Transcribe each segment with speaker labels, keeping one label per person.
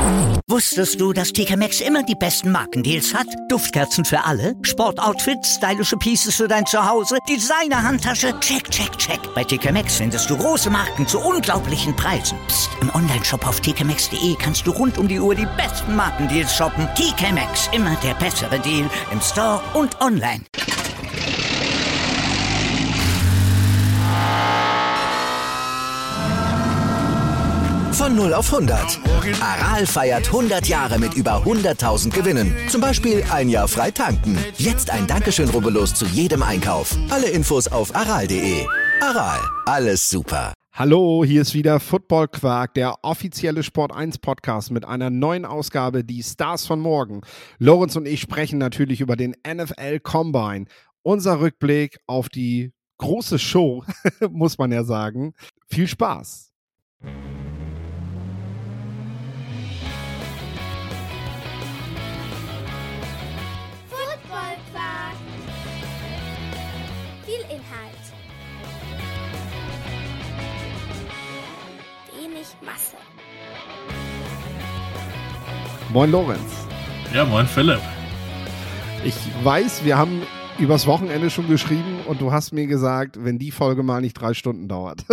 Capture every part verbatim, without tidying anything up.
Speaker 1: Wusstest du, dass T K Maxx immer die besten Markendeals hat? Duftkerzen für alle, Sportoutfits, stylische Pieces für dein Zuhause, Designer-Handtasche, check, check, check. Bei T K Maxx findest du große Marken zu unglaublichen Preisen. Psst. Im Onlineshop auf t k maxx punkt d e kannst du rund um die Uhr die besten Markendeals shoppen. T K Maxx, immer der bessere Deal im Store und online.
Speaker 2: Von null auf hundert. Aral feiert hundert Jahre mit über hunderttausend Gewinnen. Zum Beispiel ein Jahr frei tanken. Jetzt ein Dankeschön, rubbellos zu jedem Einkauf. Alle Infos auf aral punkt de. Aral, alles super.
Speaker 3: Hallo, hier ist wieder Football Quark, der offizielle Sport eins Podcast mit einer neuen Ausgabe, die Stars von morgen. Lorenz und ich sprechen natürlich über den N F L Combine. Unser Rückblick auf die große Show, muss man ja sagen. Viel Spaß.
Speaker 4: Masse.
Speaker 3: Moin Lorenz.
Speaker 5: Ja, moin Philipp.
Speaker 3: Ich weiß, wir haben übers Wochenende schon geschrieben und du hast mir gesagt, wenn die Folge mal nicht drei Stunden dauert.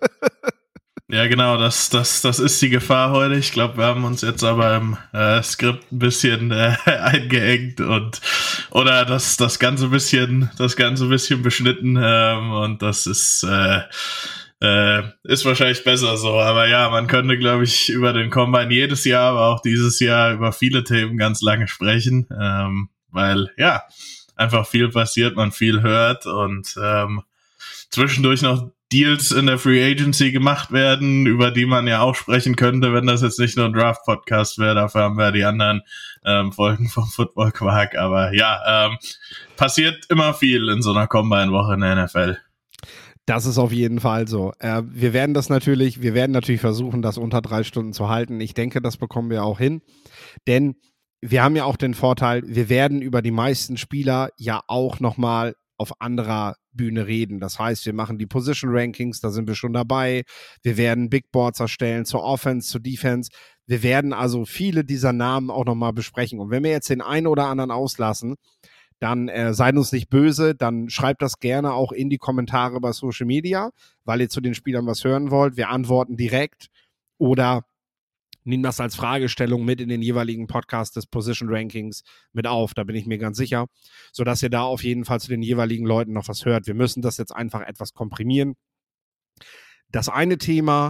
Speaker 5: Ja, genau, das, das, das ist die Gefahr heute. Ich glaube, wir haben uns jetzt aber im äh, Skript ein bisschen äh, eingeengt und oder das, das ganze bisschen, das ganze bisschen beschnitten ähm, und das ist äh, Äh, ist wahrscheinlich besser so, aber ja, man könnte, glaube ich, über den Combine jedes Jahr, aber auch dieses Jahr über viele Themen ganz lange sprechen, ähm, weil, ja, einfach viel passiert, man viel hört und ähm, zwischendurch noch Deals in der Free Agency gemacht werden, über die man ja auch sprechen könnte, wenn das jetzt nicht nur ein Draft-Podcast wäre, dafür haben wir die anderen ähm, Folgen vom Football Quark, aber ja, ähm, passiert immer viel in so einer Combine-Woche in der N F L.
Speaker 3: Das ist auf jeden Fall so. Äh, wir werden das natürlich, wir werden natürlich versuchen, das unter drei Stunden zu halten. Ich denke, das bekommen wir auch hin. Denn wir haben ja auch den Vorteil, wir werden über die meisten Spieler ja auch nochmal auf anderer Bühne reden. Das heißt, wir machen die Position Rankings, da sind wir schon dabei. Wir werden Big Boards erstellen zur Offense, zur Defense. Wir werden also viele dieser Namen auch nochmal besprechen. Und wenn wir jetzt den einen oder anderen auslassen, dann äh, seid uns nicht böse, dann schreibt das gerne auch in die Kommentare bei Social Media, weil ihr zu den Spielern was hören wollt. Wir antworten direkt oder nehmen das als Fragestellung mit in den jeweiligen Podcast des Position Rankings mit auf, da bin ich mir ganz sicher, sodass ihr da auf jeden Fall zu den jeweiligen Leuten noch was hört. Wir müssen das jetzt einfach etwas komprimieren. Das eine Thema,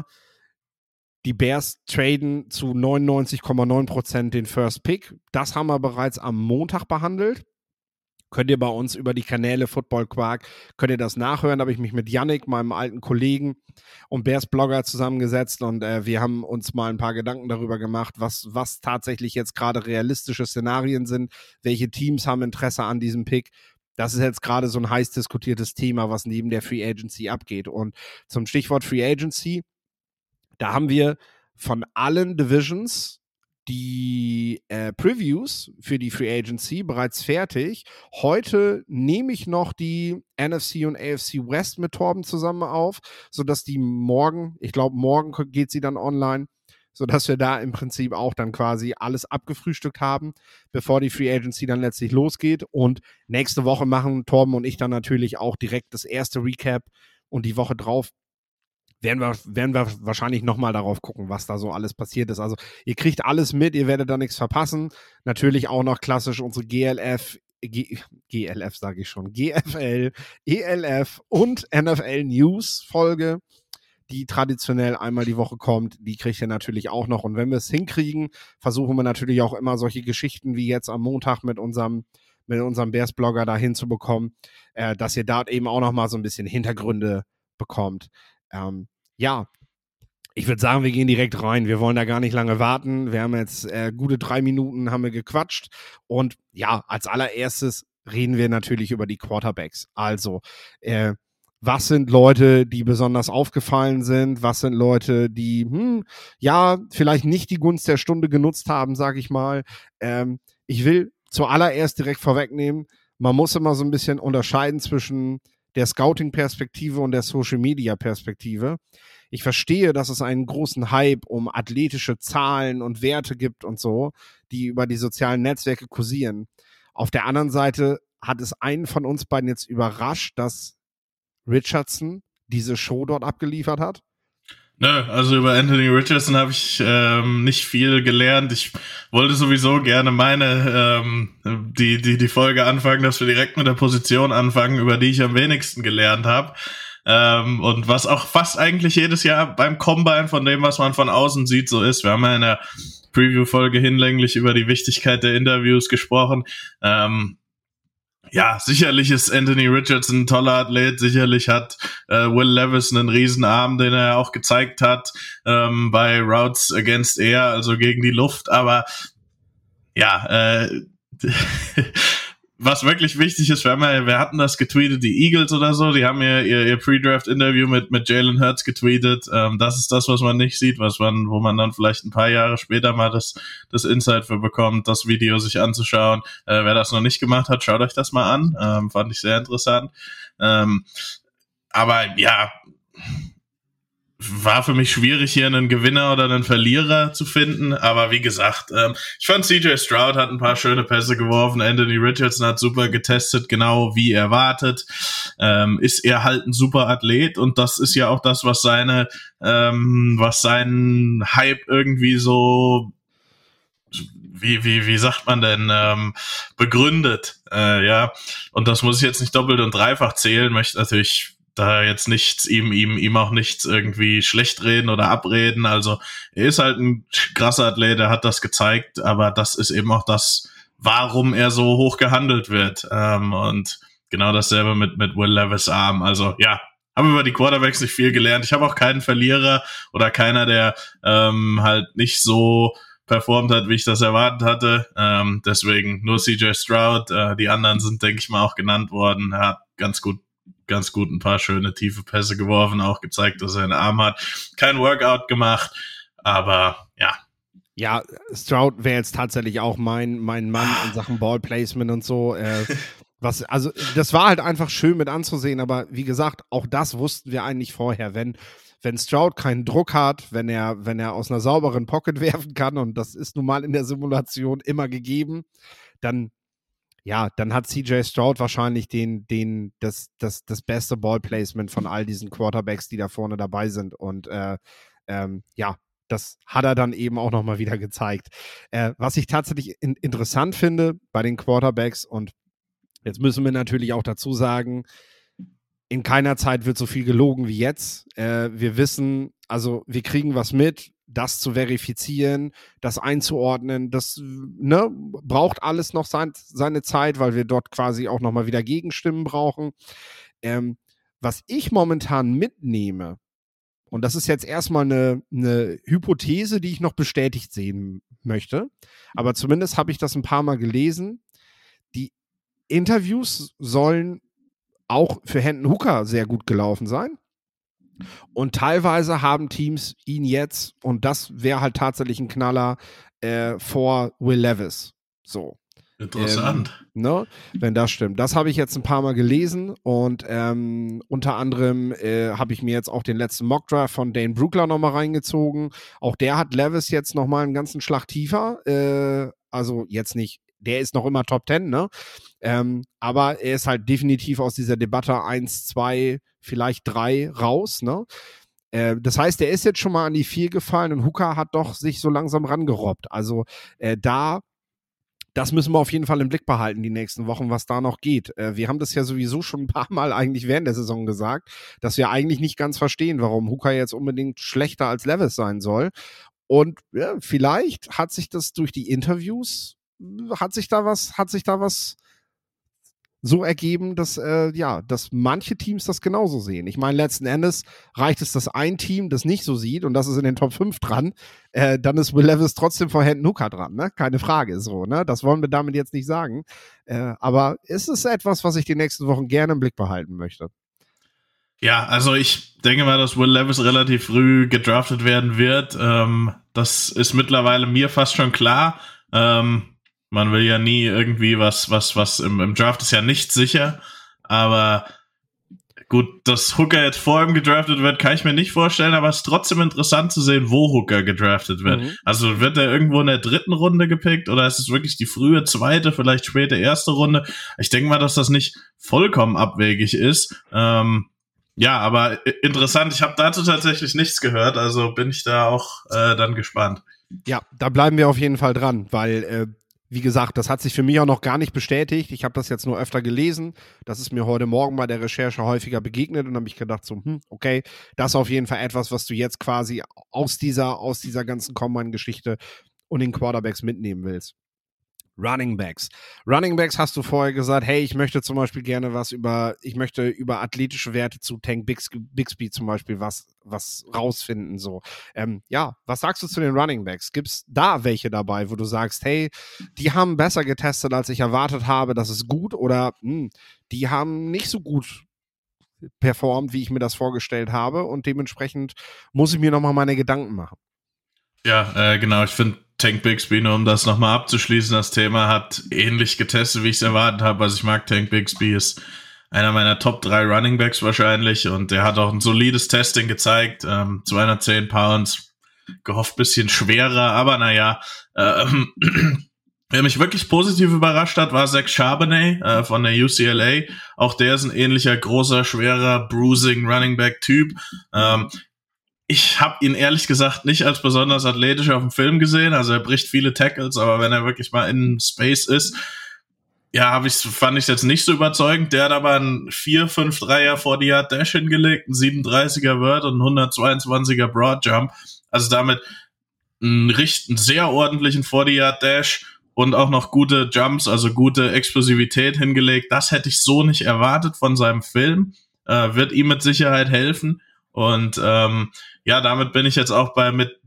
Speaker 3: die Bears traden zu neunundneunzig Komma neun Prozent den First Pick, das haben wir bereits am Montag behandelt. Könnt ihr bei uns über die Kanäle Football Quark, könnt ihr das nachhören. Da habe ich mich mit Yannick, meinem alten Kollegen und Bears-Blogger zusammengesetzt und äh, wir haben uns mal ein paar Gedanken darüber gemacht, was, was tatsächlich jetzt gerade realistische Szenarien sind, welche Teams haben Interesse an diesem Pick. Das ist jetzt gerade so ein heiß diskutiertes Thema, was neben der Free Agency abgeht. Und zum Stichwort Free Agency, da haben wir von allen Divisions die äh, Previews für die Free Agency bereits fertig. Heute nehme ich noch die N F C und A F C West mit Torben zusammen auf, sodass die morgen, ich glaube morgen geht sie dann online, sodass wir da im Prinzip auch dann quasi alles abgefrühstückt haben, bevor die Free Agency dann letztlich losgeht. Und nächste Woche machen Torben und ich dann natürlich auch direkt das erste Recap und die Woche drauf werden wir, werden wir wahrscheinlich nochmal darauf gucken, was da so alles passiert ist. Also ihr kriegt alles mit, ihr werdet da nichts verpassen. Natürlich auch noch klassisch unsere G L F, G, GLF sage ich schon, G F L, E L F und N F L News Folge, die traditionell einmal die Woche kommt. Die kriegt ihr natürlich auch noch. Und wenn wir es hinkriegen, versuchen wir natürlich auch immer solche Geschichten wie jetzt am Montag mit unserem mit unserem Bears-Blogger da hinzubekommen, äh, dass ihr da eben auch nochmal so ein bisschen Hintergründe bekommt. Ähm, ja, ich würde sagen, wir gehen direkt rein. Wir wollen da gar nicht lange warten. Wir haben jetzt äh, gute drei Minuten haben wir gequatscht. Und ja, als allererstes reden wir natürlich über die Quarterbacks. Also, äh, was sind Leute, die besonders aufgefallen sind? Was sind Leute, die, hm, ja, vielleicht nicht die Gunst der Stunde genutzt haben, sag ich mal. Ähm, ich will zuallererst direkt vorwegnehmen, man muss immer so ein bisschen unterscheiden zwischen der Scouting-Perspektive und der Social-Media-Perspektive. ich verstehe, dass es einen großen Hype um athletische Zahlen und Werte gibt und so, die über die sozialen Netzwerke kursieren. Auf der anderen Seite hat es einen von uns beiden jetzt überrascht, dass Richardson diese Show dort abgeliefert hat?
Speaker 5: Nö, also über Anthony Richardson habe ich ähm, nicht viel gelernt. Ich wollte sowieso gerne meine ähm, die die die Folge anfangen, dass wir direkt mit der Position anfangen, über die ich am wenigsten gelernt habe. Ähm, und was auch fast eigentlich jedes Jahr beim Combine von dem, was man von außen sieht, so ist. Wir haben ja in der Preview-Folge hinlänglich über die Wichtigkeit der Interviews gesprochen. Ähm, Ja, sicherlich ist Anthony Richardson ein toller Athlet, sicherlich hat äh, Will Levis einen Riesenarm, den er auch gezeigt hat ähm, bei Routes Against Air, also gegen die Luft, aber ja, äh, was wirklich wichtig ist, wir, haben ja, wir hatten das getweetet, die Eagles oder so, die haben ja ihr, ihr Pre-Draft-Interview mit, mit Jalen Hurts getweetet, ähm, das ist das, was man nicht sieht, was man, wo man dann vielleicht ein paar Jahre später mal das, das Insight für bekommt, das Video sich anzuschauen. Äh, wer das noch nicht gemacht hat, schaut euch das mal an, ähm, fand ich sehr interessant. Ähm, aber ja, war für mich schwierig, hier einen Gewinner oder einen Verlierer zu finden, aber wie gesagt, ähm, ich fand C J Stroud hat ein paar schöne Pässe geworfen, Anthony Richardson hat super getestet, genau wie erwartet, ähm, ist er halt ein super Athlet und das ist ja auch das, was seine, ähm, was seinen Hype irgendwie so, wie, wie, wie sagt man denn, ähm, begründet, äh, ja, und das muss ich jetzt nicht doppelt und dreifach zählen, möchte natürlich da jetzt nichts, ihm, ihm, ihm auch nichts irgendwie schlecht reden oder abreden. Also er ist halt ein krasser Athlet, er hat das gezeigt, aber das ist eben auch das, warum er so hoch gehandelt wird. Ähm, und genau dasselbe mit, mit Will Levis Arm. Also ja, habe über die Quarterbacks nicht viel gelernt. Ich habe auch keinen Verlierer oder keiner, der ähm, halt nicht so performt hat, wie ich das erwartet hatte. Ähm, deswegen nur C J Stroud. Äh, die anderen sind, denke ich mal, auch genannt worden. Er hat ganz gut ganz gut ein paar schöne tiefe Pässe geworfen, auch gezeigt, dass er einen Arm hat. Kein Workout gemacht, aber ja.
Speaker 3: Ja, Stroud wäre jetzt tatsächlich auch mein, mein Mann in Sachen Ballplacement und so. Äh, was, also das war halt einfach schön mit anzusehen, aber wie gesagt, auch das wussten wir eigentlich vorher. Wenn, wenn Stroud keinen Druck hat, wenn er, wenn er aus einer sauberen Pocket werfen kann, und das ist nun mal in der Simulation immer gegeben, dann ja, dann hat C J Stroud wahrscheinlich den, den, das, das, das beste Ballplacement von all diesen Quarterbacks, die da vorne dabei sind. Und äh, ähm, ja, das hat er dann eben auch nochmal wieder gezeigt. Äh, was ich tatsächlich in, interessant finde bei den Quarterbacks, und jetzt müssen wir natürlich auch dazu sagen, in keiner Zeit wird so viel gelogen wie jetzt. Äh, wir wissen, also wir kriegen was mit, das zu verifizieren, das einzuordnen, das ne, braucht alles noch sein, seine Zeit, weil wir dort quasi auch nochmal wieder Gegenstimmen brauchen. Ähm, was ich momentan mitnehme, und das ist jetzt erstmal eine, eine Hypothese, die ich noch bestätigt sehen möchte, aber zumindest habe ich das ein paar Mal gelesen, die Interviews sollen auch für Hendon Hooker sehr gut gelaufen sein. Und teilweise haben Teams ihn jetzt, und das wäre halt tatsächlich ein Knaller, äh, vor Will Levis. So.
Speaker 5: Interessant.
Speaker 3: Ähm, ne? Wenn das stimmt. Das habe ich jetzt ein paar Mal gelesen und ähm, unter anderem äh, habe ich mir jetzt auch den letzten Mockdraft von Dane Brugler nochmal reingezogen. Auch der hat Levis jetzt nochmal einen ganzen Schlag tiefer. Äh, also jetzt nicht, der ist noch immer Top Ten, ne? Ähm, aber er ist halt definitiv aus dieser Debatte eins, zwei, vielleicht drei raus, ne? Äh, das heißt, er ist jetzt schon mal an die vier gefallen und Hooker hat doch sich so langsam rangerobbt. Also äh, da, das müssen wir auf jeden Fall im Blick behalten, die nächsten Wochen, was da noch geht. Äh, wir haben das ja sowieso schon ein paar Mal eigentlich während der Saison gesagt, dass wir eigentlich nicht ganz verstehen, warum Hooker jetzt unbedingt schlechter als Levis sein soll. Und ja, vielleicht hat sich das durch die Interviews, hat sich da was, hat sich da was so ergeben, dass, äh, ja, dass manche Teams das genauso sehen. Ich meine, letzten Endes reicht es, dass ein Team das nicht so sieht und das ist in den Top fünf dran, äh, dann ist Will Levis trotzdem vor Hendon Hooker dran, ne? Keine Frage, so, ne? Das wollen wir damit jetzt nicht sagen. Äh, aber es ist etwas, was ich die nächsten Wochen gerne im Blick behalten möchte.
Speaker 5: Ja, also ich denke mal, dass Will Levis relativ früh gedraftet werden wird. Ähm, das ist mittlerweile mir fast schon klar. Ähm, Man will ja nie irgendwie was, was, was im, im Draft ist ja nicht sicher, aber Gut, dass Hooker jetzt vor ihm gedraftet wird, kann ich mir nicht vorstellen, aber es ist trotzdem interessant zu sehen, wo Hooker gedraftet wird. Mhm. Also wird er irgendwo in der dritten Runde gepickt oder ist es wirklich die frühe zweite, vielleicht späte erste Runde? Ich denke mal, dass das nicht vollkommen abwegig ist. Ähm, ja, aber interessant. Ich habe dazu tatsächlich nichts gehört, also bin ich da auch äh, dann gespannt.
Speaker 3: Ja, da bleiben wir auf jeden Fall dran, weil äh, wie gesagt, das hat sich für mich auch noch gar nicht bestätigt. Ich habe das jetzt nur öfter gelesen. Das ist mir heute Morgen bei der Recherche häufiger begegnet und habe ich gedacht so, hm, okay, das ist auf jeden Fall etwas, was du jetzt quasi aus dieser, aus dieser ganzen Combine-Geschichte und den Quarterbacks mitnehmen willst. Running Backs. Running Backs hast du vorher gesagt, hey, ich möchte zum Beispiel gerne was über, ich möchte über athletische Werte zu Tank Bigsby zum Beispiel was, was rausfinden, so. Ähm, ja, was sagst du zu den Running Backs? Gibt's da welche dabei, wo du sagst, hey, die haben besser getestet, als ich erwartet habe, das ist gut, oder mh, die haben nicht so gut performt, wie ich mir das vorgestellt habe und dementsprechend muss ich mir nochmal meine Gedanken machen.
Speaker 5: Ja, äh, genau, ich finde Tank Bigsby, nur um das nochmal abzuschließen, das Thema hat ähnlich getestet, wie ich es erwartet habe. Also ich mag Tank Bigsby, ist einer meiner Top drei Running Backs wahrscheinlich und der hat auch ein solides Testing gezeigt, ähm, zweihundertzehn Pounds, gehofft bisschen schwerer, aber naja, ähm, wer mich wirklich positiv überrascht hat, war Zach Charbonnet äh, von der U C L A. Auch der ist ein ähnlicher, großer, schwerer, bruising Running Back Typ. Ähm, Ich habe ihn ehrlich gesagt nicht als besonders athletisch auf dem Film gesehen. Also er bricht viele Tackles, aber wenn er wirklich mal in Space ist, ja, hab ich, fand ich jetzt nicht so überzeugend. Der hat aber einen vier fünf dreier forty Yard Dash hingelegt, einen siebenunddreißiger Vert und einen hundertzweiundzwanziger Broad Jump. Also damit einen, einen sehr ordentlichen forty Yard Dash und auch noch gute Jumps, also gute Explosivität hingelegt. Das hätte ich so nicht erwartet von seinem Film. Äh, wird ihm mit Sicherheit helfen. Und ähm, ja, damit bin ich jetzt auch bei mit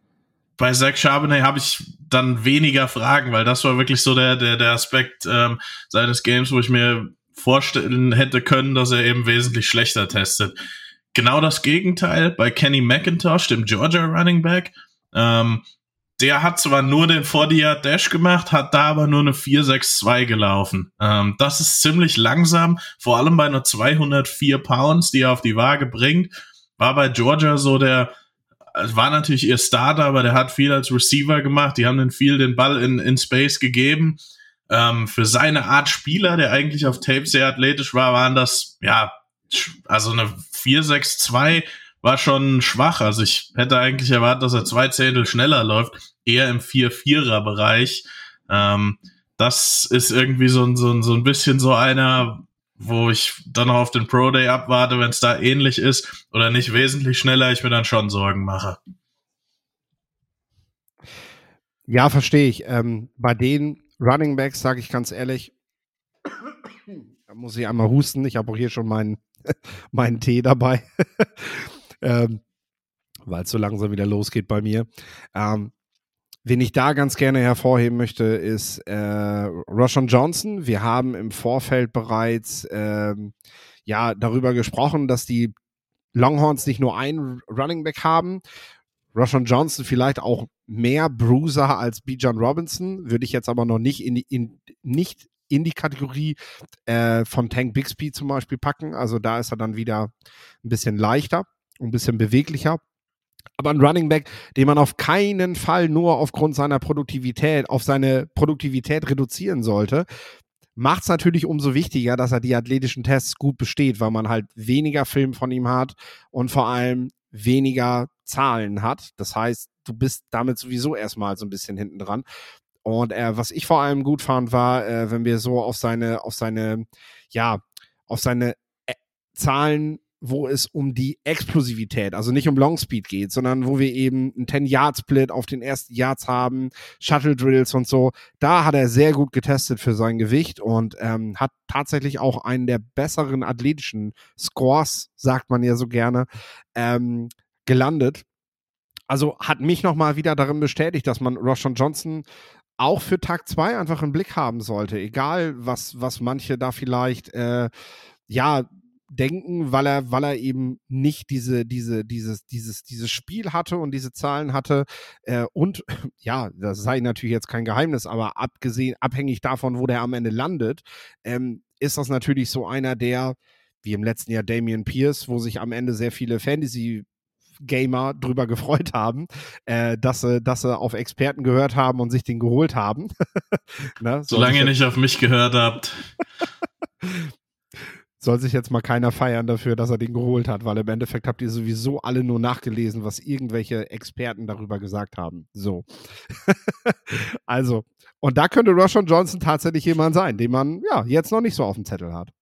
Speaker 5: bei Zach Charbonnet habe ich dann weniger Fragen, weil das war wirklich so der der der Aspekt ähm, seines Games, wo ich mir vorstellen hätte können, dass er eben wesentlich schlechter testet. Genau das Gegenteil bei Kenny McIntosh, dem Georgia Running Back. Ähm, der hat zwar nur den forty Yard Dash gemacht, hat da aber nur eine vier sechs zwei gelaufen. Ähm, das ist ziemlich langsam, vor allem bei nur zweihundertvier Pounds, die er auf die Waage bringt. War bei Georgia so der, war natürlich ihr Starter, aber der hat viel als Receiver gemacht. Die haben dann viel den Ball in, in Space gegeben. Ähm, für seine Art Spieler, der eigentlich auf Tape sehr athletisch war, waren das, ja, also eine vier sechs zwei war schon schwach. Also ich hätte eigentlich erwartet, dass er zwei Zehntel schneller läuft, eher im vier vierer Bereich. Ähm, das ist irgendwie so ein, so ein, so ein bisschen so einer, wo ich dann noch auf den Pro Day abwarte, wenn es da ähnlich ist oder nicht wesentlich schneller, ich mir dann schon Sorgen mache.
Speaker 3: Ja, verstehe ich. Ähm, bei den Running Backs, sage ich ganz ehrlich, da muss ich einmal husten. Ich habe auch hier schon meinen, meinen Tee dabei, ähm, weil es so langsam wieder losgeht bei mir. Ähm, Wen ich da ganz gerne hervorheben möchte, ist äh, Roschon Johnson. Wir haben im Vorfeld bereits ähm, ja darüber gesprochen, dass die Longhorns nicht nur einen Running Back haben. Roschon Johnson vielleicht auch mehr Bruiser als Bijan Robinson, würde ich jetzt aber noch nicht in die, in, nicht in die Kategorie äh, von Tank Bigsby zum Beispiel packen. Also da ist er dann wieder ein bisschen leichter, ein bisschen beweglicher. Aber ein Running Back, den man auf keinen Fall nur aufgrund seiner Produktivität, auf seine Produktivität reduzieren sollte, macht es natürlich umso wichtiger, dass er die athletischen Tests gut besteht, weil man halt weniger Film von ihm hat und vor allem weniger Zahlen hat. Das heißt, du bist damit sowieso erstmal so ein bisschen hinten dran. Und äh, was ich vor allem gut fand, war, äh, wenn wir so auf seine, auf seine, ja, auf seine äh, Zahlen, wo es um die Explosivität, also nicht um Longspeed geht, sondern wo wir eben einen ten-Yard-Split auf den ersten Yards haben, Shuttle-Drills und so. Da hat er sehr gut getestet für sein Gewicht und ähm, hat tatsächlich auch einen der besseren athletischen Scores, sagt man ja so gerne, ähm, gelandet. Also hat mich nochmal wieder darin bestätigt, dass man Roschon Johnson auch für Tag zwei einfach im Blick haben sollte. Egal, was, was manche da vielleicht, äh, ja, denken, weil er, weil er eben nicht diese, diese, dieses, dieses, dieses Spiel hatte und diese Zahlen hatte. Äh, und ja, das sei natürlich jetzt kein Geheimnis, aber abgesehen, abhängig davon, wo der am Ende landet, ähm, ist das natürlich so einer, der wie im letzten Jahr Dameon Pierce, wo sich am Ende sehr viele Fantasy-Gamer drüber gefreut haben, äh, dass, sie, dass sie auf Experten gehört haben und sich den geholt haben. ne?
Speaker 5: Solange ihr nicht auf mich gehört habt.
Speaker 3: Soll sich jetzt mal keiner feiern dafür, dass er den geholt hat, weil im Endeffekt habt ihr sowieso alle nur nachgelesen, was irgendwelche Experten darüber gesagt haben. So. also, und da könnte Roschon Johnson tatsächlich jemand sein, den man ja jetzt noch nicht so auf dem Zettel hat.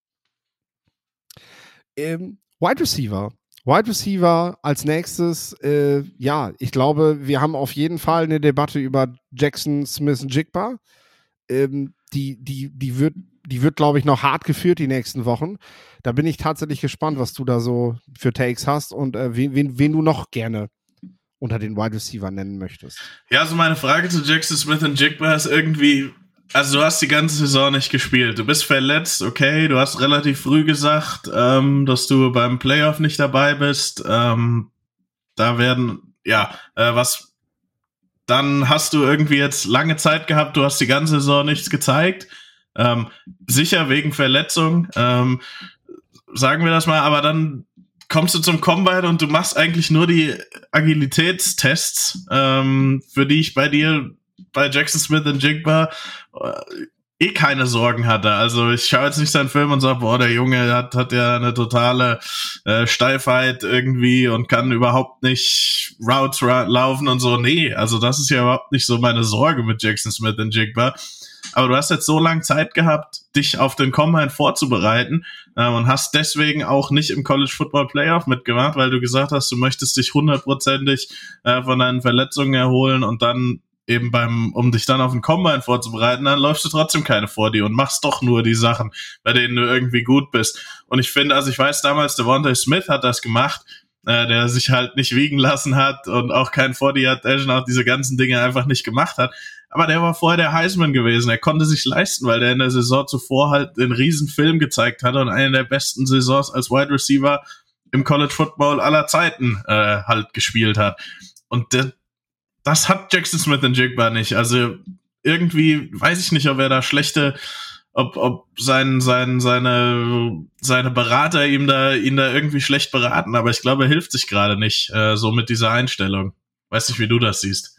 Speaker 3: Ähm, Wide Receiver. Wide Receiver als nächstes, äh, ja, ich glaube, wir haben auf jeden Fall eine Debatte über Jackson Smith-Njigba. Ähm, die, die, die wird, die wird, glaube ich, noch hart geführt die nächsten Wochen. Da bin ich tatsächlich gespannt, was du da so für Takes hast und äh, wen, wen, wen du noch gerne unter den Wide Receiver nennen möchtest.
Speaker 5: Ja, also meine Frage zu Jackson Smith-Njigba ist irgendwie, also du hast die ganze Saison nicht gespielt. Du bist verletzt, okay, du hast relativ früh gesagt, ähm, dass du beim Playoff nicht dabei bist. Ähm, da werden, ja, äh, was dann hast du irgendwie jetzt lange Zeit gehabt, du hast die ganze Saison nichts gezeigt. Ähm, sicher wegen Verletzung, ähm, sagen wir das mal, aber dann kommst du zum Combine und du machst eigentlich nur die Agilitätstests, ähm, für die ich bei dir, bei Jackson Smith-Njigba äh, eh keine Sorgen hatte. Also ich schaue jetzt nicht seinen Film und sage, boah, der Junge hat, hat ja eine totale äh, Steifheit irgendwie und kann überhaupt nicht Routes ra- laufen und so. Nee, also das ist ja überhaupt nicht so meine Sorge mit Jackson Smith-Njigba. Aber du hast jetzt so lange Zeit gehabt, dich auf den Combine vorzubereiten äh, und hast deswegen auch nicht im College Football Playoff mitgemacht, weil du gesagt hast, du möchtest dich hundertprozentig äh, von deinen Verletzungen erholen und dann eben beim, um dich dann auf den Combine vorzubereiten, dann läufst du trotzdem keine Forty und machst doch nur die Sachen, bei denen du irgendwie gut bist. Und ich finde, also ich weiß damals, Devontae Smith hat das gemacht, äh, der sich halt nicht wiegen lassen hat und auch kein Forty hat, auch diese ganzen Dinge einfach nicht gemacht hat. Aber der war vorher der Heisman gewesen. Er konnte sich leisten, weil der in der Saison zuvor halt den riesen Film gezeigt hatte und eine der besten Saisons als Wide Receiver im College Football aller Zeiten äh, halt gespielt hat. Und der, das hat Jackson Smith-Njigba nicht. Also irgendwie weiß ich nicht, ob er da schlechte, ob, ob sein, sein, seine, seine Berater ihm da, ihn da irgendwie schlecht beraten. Aber ich glaube, er hilft sich gerade nicht, äh, so mit dieser Einstellung. Weiß nicht, wie du das siehst.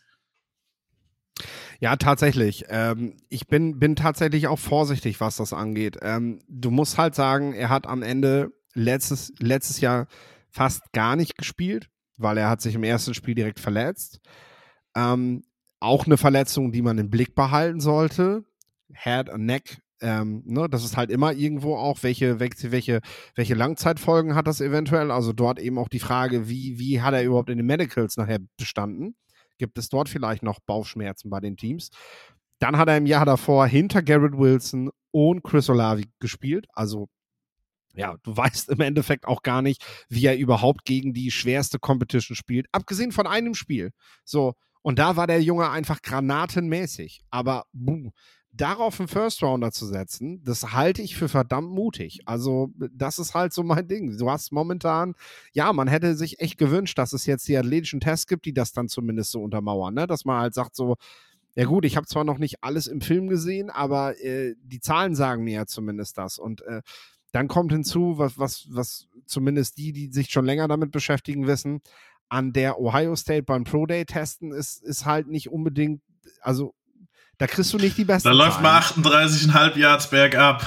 Speaker 3: Ja, tatsächlich. Ähm, ich bin, bin tatsächlich auch vorsichtig, was das angeht. Ähm, du musst halt sagen, er hat am Ende letztes, letztes Jahr fast gar nicht gespielt, weil er hat sich im ersten Spiel direkt verletzt. Ähm, auch eine Verletzung, die man im Blick behalten sollte. Head and Neck. Ähm, ne, das ist halt immer irgendwo auch, welche, welche, welche, welche Langzeitfolgen hat das eventuell? Also dort eben auch die Frage, wie, wie hat er überhaupt in den Medicals nachher bestanden? Gibt es dort vielleicht noch Bauchschmerzen bei den Teams? Dann hat er im Jahr davor hinter Garrett Wilson und Chris Olave gespielt. Also, ja, du weißt im Endeffekt auch gar nicht, wie er überhaupt gegen die schwerste Competition spielt. Abgesehen von einem Spiel. So, und da war der Junge einfach granatenmäßig. Aber, buh, darauf einen First-Rounder zu setzen, das halte ich für verdammt mutig. Also, das ist halt so mein Ding. Du hast momentan, ja, man hätte sich echt gewünscht, dass es jetzt die athletischen Tests gibt, die das dann zumindest so untermauern, ne? Dass man halt sagt so, ja gut, ich habe zwar noch nicht alles im Film gesehen, aber äh, die Zahlen sagen mir ja zumindest das. Und äh, dann kommt hinzu, was, was, was zumindest die, die sich schon länger damit beschäftigen, wissen, an der Ohio State beim Pro Day testen ist, ist halt nicht unbedingt, also da kriegst du nicht die besten
Speaker 5: Da läuft
Speaker 3: Zahlen.
Speaker 5: mal achtunddreißig Komma fünf Yards bergab.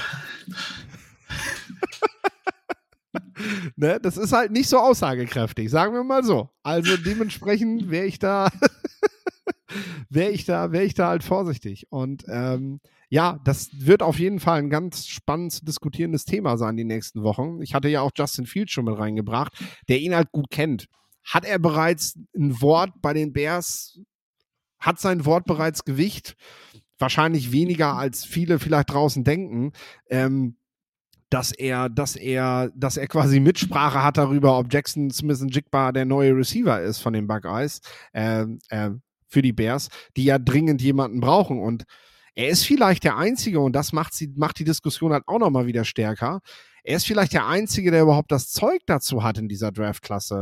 Speaker 3: Ne, das ist halt nicht so aussagekräftig, sagen wir mal so. Also dementsprechend wäre ich da, wäre ich da, wäre ich da halt vorsichtig. Und ähm, ja, das wird auf jeden Fall ein ganz spannend zu diskutierendes Thema sein die nächsten Wochen. Ich hatte ja auch Justin Fields schon mit reingebracht, der ihn halt gut kennt. Hat er bereits ein Wort bei den Bears? Hat sein Wort bereits Gewicht? Wahrscheinlich weniger, als viele vielleicht draußen denken, ähm, dass er, dass er, dass er quasi Mitsprache hat darüber, ob Jackson Smith-Njigba der neue Receiver ist von den Buckeyes äh, äh, für die Bears, die ja dringend jemanden brauchen. Und er ist vielleicht der Einzige, und das macht, sie, macht die Diskussion halt auch nochmal wieder stärker, er ist vielleicht der Einzige, der überhaupt das Zeug dazu hat in dieser Draftklasse,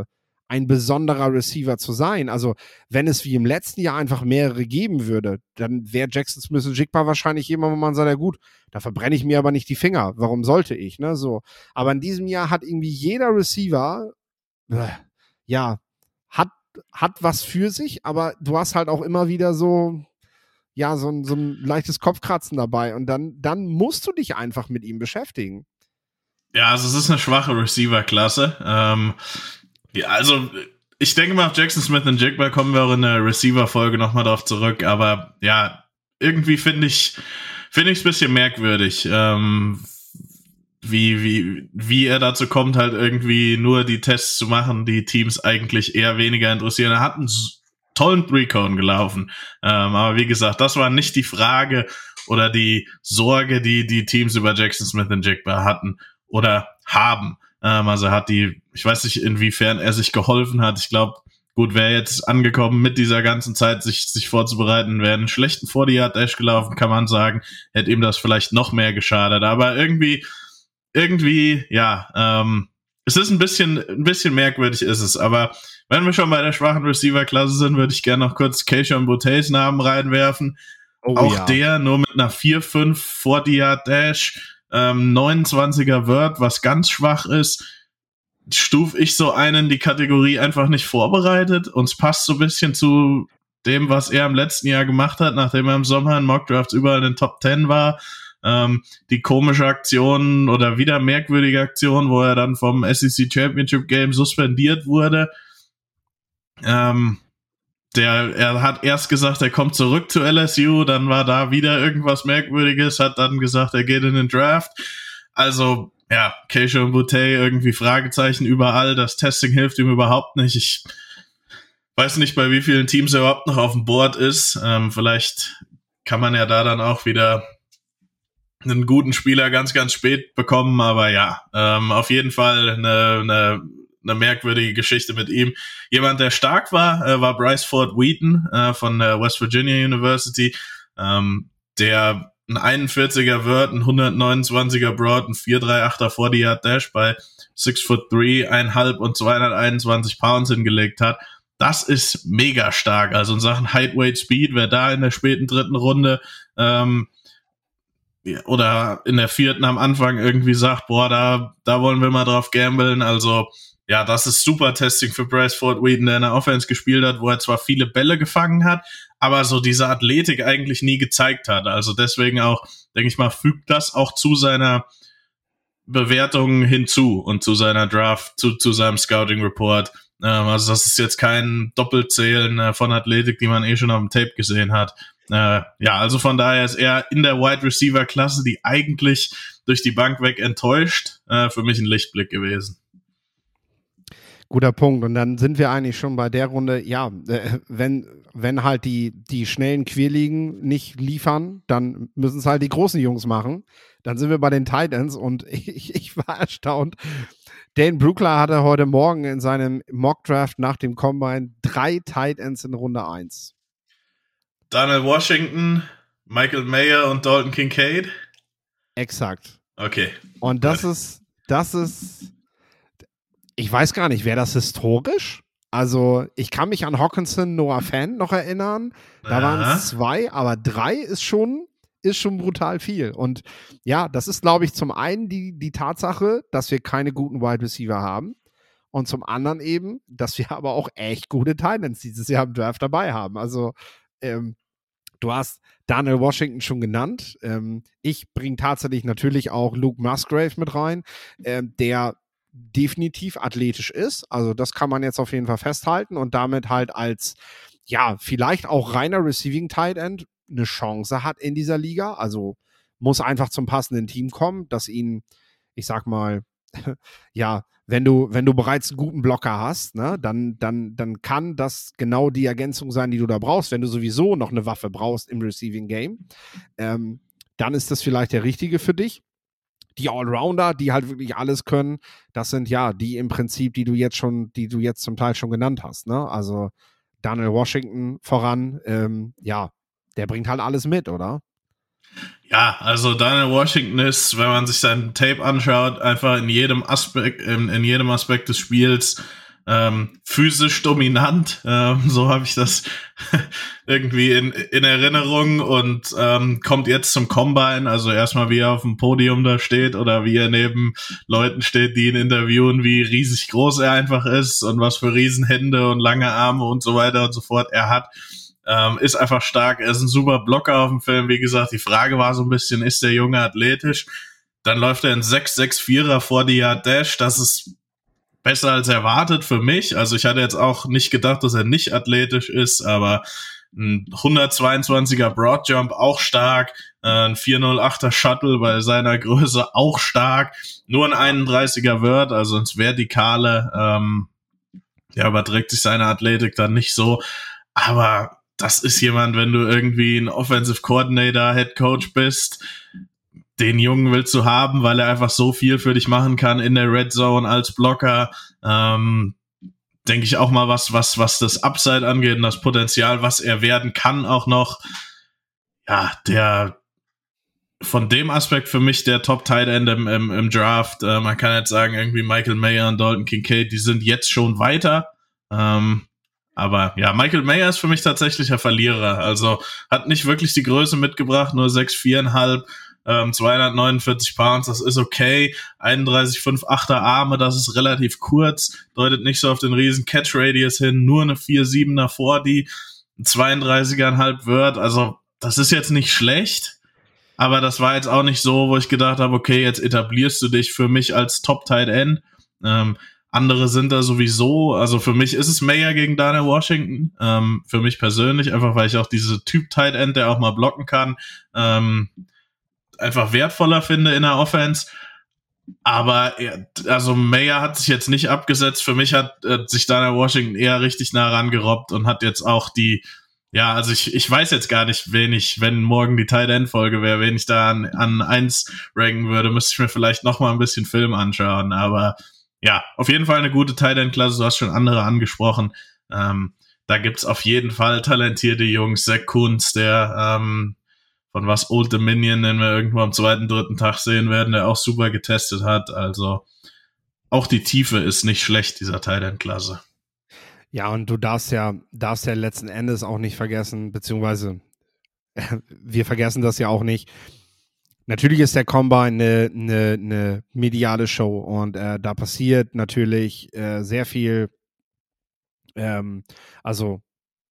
Speaker 3: ein besonderer Receiver zu sein. Also wenn es wie im letzten Jahr einfach mehrere geben würde, dann wäre Jackson Smith-Njigba wahrscheinlich jemand, wo man sagt, ja gut, da verbrenne ich mir aber nicht die Finger. Warum sollte ich? Ne? So. Aber in diesem Jahr hat irgendwie jeder Receiver, äh, ja, hat, hat was für sich, aber du hast halt auch immer wieder so, ja, so ein, so ein leichtes Kopfkratzen dabei und dann, dann musst du dich einfach mit ihm beschäftigen.
Speaker 5: Ja, also es ist eine schwache Receiver-Klasse. Ähm, ja, also ich denke mal, auf Jackson Smith-Njigba kommen wir auch in der Receiver-Folge nochmal drauf zurück, aber ja, irgendwie finde ich finde ich es ein bisschen merkwürdig, ähm, wie, wie, wie er dazu kommt, halt irgendwie nur die Tests zu machen, die Teams eigentlich eher weniger interessieren. Er hat einen tollen Three-Cone gelaufen, ähm, aber wie gesagt, das war nicht die Frage oder die Sorge, die die Teams über Jackson Smith-Njigba hatten oder haben. Ähm, also er hat die, ich weiß nicht, inwiefern er sich geholfen hat. Ich glaube, gut, wäre jetzt angekommen mit dieser ganzen Zeit, sich sich vorzubereiten, wäre einen schlechten forty-Yard-Dash gelaufen, kann man sagen, hätte ihm das vielleicht noch mehr geschadet. Aber irgendwie, irgendwie, ja, ähm, es ist ein bisschen, ein bisschen merkwürdig ist es. Aber wenn wir schon bei der schwachen Receiver-Klasse sind, würde ich gerne noch kurz Kayshon Boutte's Namen reinwerfen. Oh, Auch ja. der nur mit einer vier fünf forty-Yard-Dash, ähm, neunundzwanziger Word, was ganz schwach ist, stufe ich so einen die Kategorie einfach nicht vorbereitet und es passt so ein bisschen zu dem, was er im letzten Jahr gemacht hat, nachdem er im Sommer in Mockdrafts überall in den Top Ten war. Ähm, die komische Aktion oder wieder merkwürdige Aktion, wo er dann vom S E C Championship Game suspendiert wurde. Ähm, Der, er hat erst gesagt, er kommt zurück zu L S U, dann war da wieder irgendwas Merkwürdiges, hat dann gesagt, er geht in den Draft. Also, ja, Kayshon Boutte, irgendwie Fragezeichen überall, das Testing hilft ihm überhaupt nicht. Ich weiß nicht, bei wie vielen Teams er überhaupt noch auf dem Board ist. Ähm, vielleicht kann man ja da dann auch wieder einen guten Spieler ganz, ganz spät bekommen, aber ja, ähm, auf jeden Fall eine, eine eine merkwürdige Geschichte mit ihm. Jemand, der stark war, äh, war Bryce Ford Wheaton äh, von der West Virginia University, ähm, der ein einundvierziger Word, ein hundertneunundzwanziger Broad, ein vier drei achter forty-Yard Dash bei six foot three, einhalb und zweihunderteinundzwanzig Pounds hingelegt hat. Das ist mega stark. Also in Sachen Height, Weight, Speed, wer da in der späten dritten Runde ähm, oder in der vierten am Anfang irgendwie sagt, boah, da, da wollen wir mal drauf gambeln, also ja, das ist super Testing für Bryce Ford Wheaton, der in der Offense gespielt hat, wo er zwar viele Bälle gefangen hat, aber so diese Athletik eigentlich nie gezeigt hat. Also deswegen auch, denke ich mal, fügt das auch zu seiner Bewertung hinzu und zu seiner Draft, zu, zu seinem Scouting Report. Ähm, also das ist jetzt kein Doppelzählen äh, von Athletik, die man eh schon auf dem Tape gesehen hat. Äh, ja, also von daher ist er in der Wide Receiver Klasse, die eigentlich durch die Bank weg enttäuscht, äh, für mich ein Lichtblick gewesen.
Speaker 3: Guter Punkt. Und dann sind wir eigentlich schon bei der Runde, ja, äh, wenn, wenn halt die, die schnellen Querligen nicht liefern, dann müssen es halt die großen Jungs machen. Dann sind wir bei den Titans und ich, ich war erstaunt. Dane Brugler hatte heute Morgen in seinem Mockdraft nach dem Combine drei Titans in Runde eins.
Speaker 5: Daniel Washington, Michael Mayer und Dalton Kincaid?
Speaker 3: Exakt.
Speaker 5: Okay.
Speaker 3: Und das ist, das ist ich weiß gar nicht, wäre das historisch? Also, ich kann mich an Hockenson, Noah Fant noch erinnern. Da waren es zwei, aber drei ist schon, ist schon brutal viel. Und ja, das ist, glaube ich, zum einen die, die Tatsache, dass wir keine guten Wide Receiver haben. Und zum anderen eben, dass wir aber auch echt gute Titans dieses Jahr im Draft dabei haben. Also, ähm, du hast Daniel Washington schon genannt. Ähm, ich bringe tatsächlich natürlich auch Luke Musgrave mit rein, ähm, der definitiv athletisch ist. Also das kann man jetzt auf jeden Fall festhalten und damit halt als, ja, vielleicht auch reiner Receiving Tight End eine Chance hat in dieser Liga. Also muss einfach zum passenden Team kommen, dass ihn, ich sag mal, ja, wenn du, wenn du bereits einen guten Blocker hast, ne, dann, dann, dann kann das genau die Ergänzung sein, die du da brauchst. Wenn du sowieso noch eine Waffe brauchst im Receiving Game, ähm, dann ist das vielleicht der richtige für dich. Die Allrounder, die halt wirklich alles können, das sind ja die im Prinzip, die du jetzt schon, die du jetzt zum Teil schon genannt hast, ne? Also Daniel Washington voran, ähm, ja, der bringt halt alles mit, oder?
Speaker 5: Ja, also Daniel Washington ist, wenn man sich sein Tape anschaut, einfach in jedem Aspekt, in, in jedem Aspekt des Spiels ähm, physisch dominant, ähm, so habe ich das irgendwie in, in Erinnerung und ähm, kommt jetzt zum Combine, also erstmal wie er auf dem Podium da steht oder wie er neben Leuten steht, die ihn interviewen, wie riesig groß er einfach ist und was für Riesenhände und lange Arme und so weiter und so fort er hat. Ähm, ist einfach stark, er ist ein super Blocker auf dem Film, wie gesagt, die Frage war so ein bisschen, ist der Junge athletisch? Dann läuft er in sechs sechs vierer vor die Yard Dash, das ist besser als erwartet für mich. Also ich hatte jetzt auch nicht gedacht, dass er nicht athletisch ist, aber ein hundertzweiundzwanziger Broadjump auch stark, ein vier null achter Shuttle bei seiner Größe auch stark, nur ein einunddreißiger Word, also ins Vertikale, ähm, ja, überträgt sich seine Athletik dann nicht so, aber das ist jemand, wenn du irgendwie ein Offensive Coordinator, Head Coach bist, den Jungen willst du haben, weil er einfach so viel für dich machen kann in der Red Zone als Blocker. Ähm, denke ich auch mal was, was, was das Upside angeht und das Potenzial, was er werden kann auch noch. Ja, der von dem Aspekt für mich der Top-Tight End im, im, im Draft. Äh, man kann jetzt sagen, irgendwie Michael Mayer und Dalton Kincaid, die sind jetzt schon weiter. Ähm, aber ja, Michael Mayer ist für mich tatsächlich der Verlierer. Also hat nicht wirklich die Größe mitgebracht, nur sechs vier Komma fünf. Ähm, zweihundertneunundvierzig Pounds, das ist okay. einunddreißig Komma fünf achter Arme, das ist relativ kurz, deutet nicht so auf den riesen Catch-Radius hin, nur eine vier siebener vor die, zweiunddreißiger Komma fünf Word, also das ist jetzt nicht schlecht, aber das war jetzt auch nicht so, wo ich gedacht habe, okay, jetzt etablierst du dich für mich als Top-Tight End. Ähm, andere sind da sowieso, also für mich ist es Mayer gegen Darnell Washington, ähm, für mich persönlich, einfach weil ich auch diese Typ-Tight End, der auch mal blocken kann, ähm, einfach wertvoller finde in der Offense, aber also Mayer hat sich jetzt nicht abgesetzt, für mich hat äh, sich Darnell Washington eher richtig nah rangerobbt und hat jetzt auch die, ja, also ich ich weiß jetzt gar nicht, wen ich, wenn morgen die Tight End Folge wäre, wen ich da an, an eins ranken würde, müsste ich mir vielleicht noch mal ein bisschen Film anschauen, aber ja, auf jeden Fall eine gute Tight End Klasse, du hast schon andere angesprochen, ähm, da gibt's auf jeden Fall talentierte Jungs, Zach Kuntz, der ähm, von was Old Dominion, den wir irgendwo am zweiten, dritten Tag sehen werden, der auch super getestet hat. Also auch die Tiefe ist nicht schlecht, dieser Tight End Klasse.
Speaker 3: Ja, und du darfst ja, darfst ja letzten Endes auch nicht vergessen, beziehungsweise wir vergessen das ja auch nicht. Natürlich ist der Combine eine, eine, eine mediale Show und äh, da passiert natürlich äh, sehr viel, ähm, also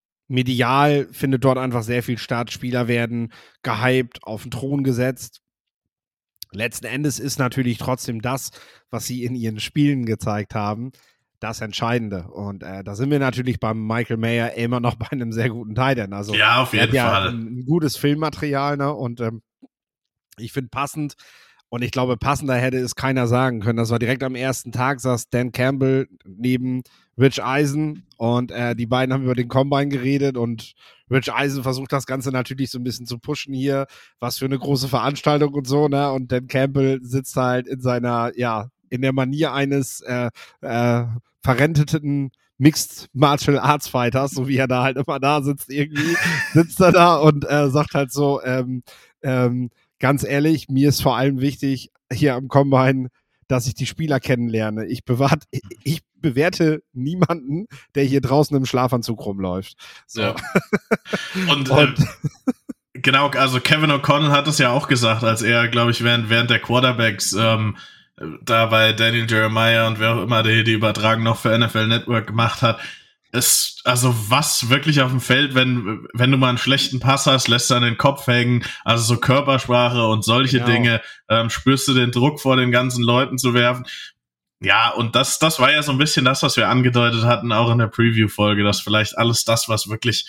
Speaker 3: medial findet dort einfach sehr viel statt. Spieler werden gehypt, auf den Thron gesetzt. Letzten Endes ist natürlich trotzdem das, was sie in ihren Spielen gezeigt haben, das Entscheidende. Und äh, da sind wir natürlich beim Michael Mayer immer noch bei einem sehr guten Tight End. Also,
Speaker 5: ja, auf jeden
Speaker 3: er hat
Speaker 5: Fall.
Speaker 3: Ja ein, ein gutes Filmmaterial, ne? Und ähm, ich finde passend, und ich glaube, passender hätte es keiner sagen können. Das war direkt am ersten Tag, saß Dan Campbell neben Rich Eisen und äh, die beiden haben über den Combine geredet und Rich Eisen versucht das Ganze natürlich so ein bisschen zu pushen hier, was für eine große Veranstaltung und so, ne? Und Dan Campbell sitzt halt in seiner, ja, in der Manier eines äh, äh, verrenteten Mixed Martial Arts Fighters, so wie er da halt immer da sitzt irgendwie, sitzt er da und äh, sagt halt so, ähm, ähm, ganz ehrlich, mir ist vor allem wichtig hier am Combine, dass ich die Spieler kennenlerne. Ich, bewahrt, ich bewerte niemanden, der hier draußen im Schlafanzug rumläuft. So.
Speaker 5: Ja. Und, und äh, genau, also Kevin O'Connell hat es ja auch gesagt, als er, glaube ich, während, während der Quarterbacks ähm, da bei Daniel Jeremiah und wer auch immer die, die Übertragung noch für N F L Network gemacht hat, ist, also was wirklich auf dem Feld, wenn wenn du mal einen schlechten Pass hast, lässt du an den Kopf hängen, also so Körpersprache und solche genau. Dinge, ähm, spürst du den Druck vor den ganzen Leuten zu werfen. Ja, und das das war ja so ein bisschen das, was wir angedeutet hatten, auch in der Preview-Folge, dass vielleicht alles das, was wirklich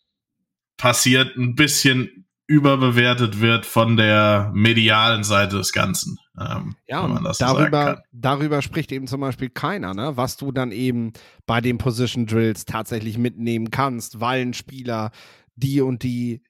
Speaker 5: passiert, ein bisschen überbewertet wird von der medialen Seite des Ganzen. Ähm,
Speaker 3: ja, und darüber, darüber spricht eben zum Beispiel keiner, ne? Was du dann eben bei den Position Drills tatsächlich mitnehmen kannst, weil ein Spieler die und die,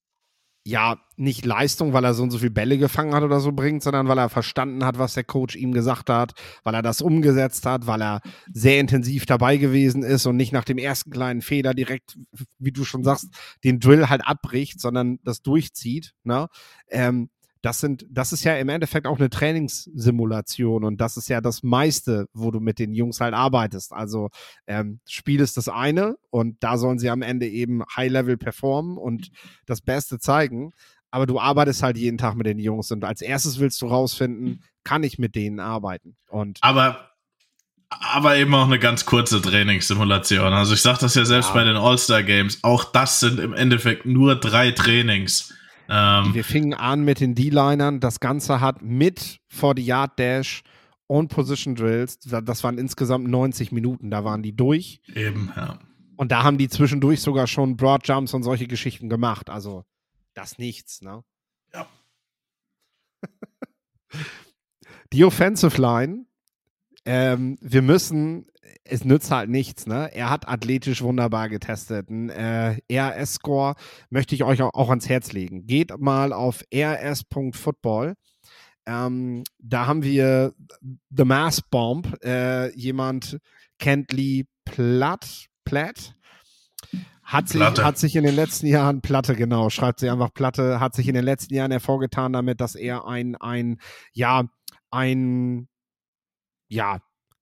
Speaker 3: ja, nicht Leistung, weil er so und so viele Bälle gefangen hat oder so bringt, sondern weil er verstanden hat, was der Coach ihm gesagt hat, weil er das umgesetzt hat, weil er sehr intensiv dabei gewesen ist und nicht nach dem ersten kleinen Fehler direkt, wie du schon sagst, den Drill halt abbricht, sondern das durchzieht, ne? Ähm, das sind, das ist ja im Endeffekt auch eine Trainingssimulation und das ist ja das meiste, wo du mit den Jungs halt arbeitest. Also ähm, Spiel ist das eine und da sollen sie am Ende eben High-Level performen und das Beste zeigen. Aber du arbeitest halt jeden Tag mit den Jungs und als erstes willst du rausfinden, kann ich mit denen arbeiten? Und
Speaker 5: aber Aber eben auch eine ganz kurze Trainingssimulation. Also ich sage das ja selbst ja. bei den All-Star-Games. Auch das sind im Endeffekt nur drei Trainings. Ähm,
Speaker 3: Wir fingen an mit den D-Linern. Das Ganze hat mit forty-Yard-Dash und Position Drills, das waren insgesamt neunzig Minuten, da waren die durch.
Speaker 5: Eben, ja.
Speaker 3: Und da haben die zwischendurch sogar schon Broad Jumps und solche Geschichten gemacht. Also das nichts, ne?
Speaker 5: Ja.
Speaker 3: Die Offensive Line, ähm, wir müssen, es nützt halt nichts, ne? Er hat athletisch wunderbar getestet. Ein äh, R A S-Score möchte ich euch auch, auch ans Herz legen. Geht mal auf R A S Punkt Football. Ähm, da haben wir The Mass Bomb. Äh, jemand kennt Lee Platt, Platt? Hat sich, hat sich in den letzten Jahren, Platte, genau, schreibt sie einfach Platte, hat sich in den letzten Jahren hervorgetan damit, dass er ein, ein, ja, ein, ja,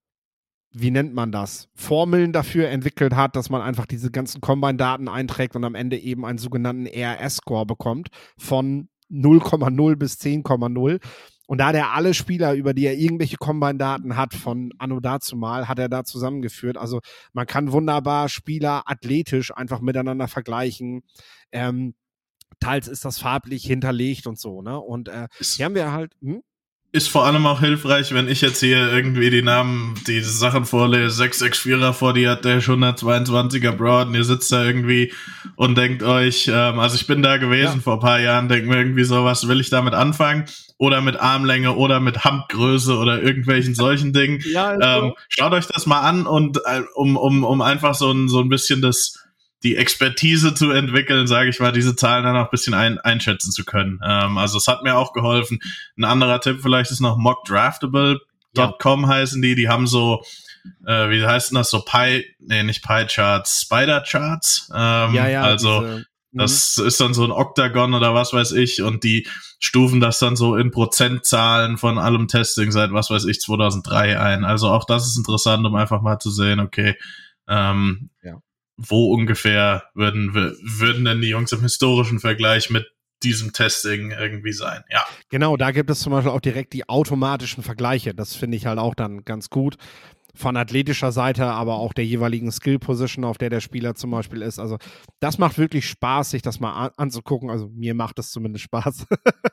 Speaker 3: wie nennt man das? Formeln dafür entwickelt hat, dass man einfach diese ganzen Combine-Daten einträgt und am Ende eben einen sogenannten R A S-Score bekommt von null Komma null bis zehn Komma null. Und da der alle Spieler, über die er irgendwelche Combine-Daten hat, von anno dazumal, hat er da zusammengeführt. Also man kann wunderbar Spieler athletisch einfach miteinander vergleichen. Ähm, teils ist das farblich hinterlegt und so, ne? Und äh, hier haben wir halt, hm?
Speaker 5: Ist vor allem auch hilfreich, wenn ich jetzt hier irgendwie die Namen, die Sachen vorlese, sechs sechs vierer vor die hat der hundertzweiundzwanziger Broad und ihr sitzt da irgendwie und denkt euch, ähm, also ich bin da gewesen ja. vor ein paar Jahren, denkt mir irgendwie so, was will ich damit anfangen? Oder mit Armlänge oder mit Handgröße oder irgendwelchen solchen Dingen.
Speaker 3: Ja,
Speaker 5: ähm, so. Schaut euch das mal an und äh, um, um, um einfach so ein, so ein bisschen das die Expertise zu entwickeln, sage ich mal, diese Zahlen dann auch ein bisschen ein, einschätzen zu können. Ähm, also es hat mir auch geholfen. Ein anderer Tipp vielleicht ist noch mockdraftable Punkt com ja. heißen die. Die haben so, äh, wie heißt denn das, so Pie, nee, nicht Pie-Charts, Spider-Charts. Ähm,
Speaker 3: ja, ja,
Speaker 5: also diese, das ist dann so ein Oktagon oder was weiß ich und die stufen das dann so in Prozentzahlen von allem Testing seit, was weiß ich, zweitausenddrei ein. Also auch das ist interessant, um einfach mal zu sehen, okay, ähm, ja. wo ungefähr würden, würden denn die Jungs im historischen Vergleich mit diesem Testing irgendwie sein, ja.
Speaker 3: Genau, da gibt es zum Beispiel auch direkt die automatischen Vergleiche. Das finde ich halt auch dann ganz gut. Von athletischer Seite, aber auch der jeweiligen Skill-Position, auf der der Spieler zum Beispiel ist. Also das macht wirklich Spaß, sich das mal an- anzugucken. Also mir macht es zumindest Spaß.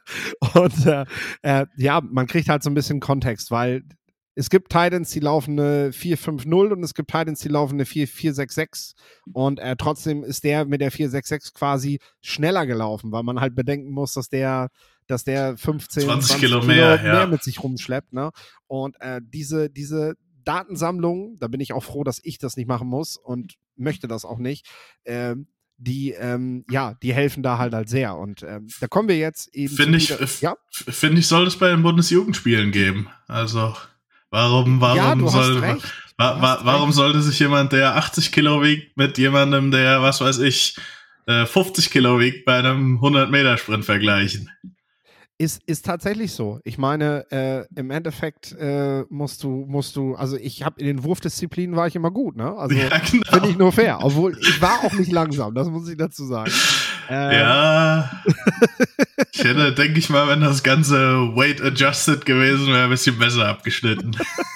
Speaker 3: Und äh, äh, ja, man kriegt halt so ein bisschen Kontext, weil es gibt Titans, die laufen eine vier fünf null und es gibt Titans, die laufen eine vier vier sechs sechs und äh, trotzdem ist der mit der vier sechs sechs quasi schneller gelaufen, weil man halt bedenken muss, dass der, dass der fünfzehn,
Speaker 5: zwanzig,
Speaker 3: zwanzig
Speaker 5: Kilo
Speaker 3: Kilo
Speaker 5: mehr,
Speaker 3: mehr
Speaker 5: ja.
Speaker 3: mit sich rumschleppt. Ne? Und äh, diese, diese Datensammlung, da bin ich auch froh, dass ich das nicht machen muss und möchte das auch nicht, äh, die, ähm, ja, die helfen da halt halt sehr. Und ähm, da kommen wir jetzt eben
Speaker 5: Finde ich,
Speaker 3: wieder, ja?
Speaker 5: finde ich, soll es bei den Bundesjugendspielen geben. Also Warum, warum,
Speaker 3: ja, du
Speaker 5: soll,
Speaker 3: hast recht.
Speaker 5: wa, wa, warum sollte sich jemand, der achtzig Kilo wiegt, mit jemandem, der, was weiß ich, fünfzig Kilo wiegt, bei einem hundert Meter Sprint vergleichen?
Speaker 3: Ist, ist tatsächlich so. Ich meine, äh, im Endeffekt äh, musst du, musst du, also ich habe in den Wurfdisziplinen war ich immer gut, ne? Also
Speaker 5: ja, genau.
Speaker 3: Finde ich nur fair. Obwohl, ich war auch nicht langsam, das muss ich dazu sagen.
Speaker 5: Äh, ja. Ich hätte, denke ich mal, wenn das Ganze weight adjusted gewesen wäre, ein bisschen besser abgeschnitten.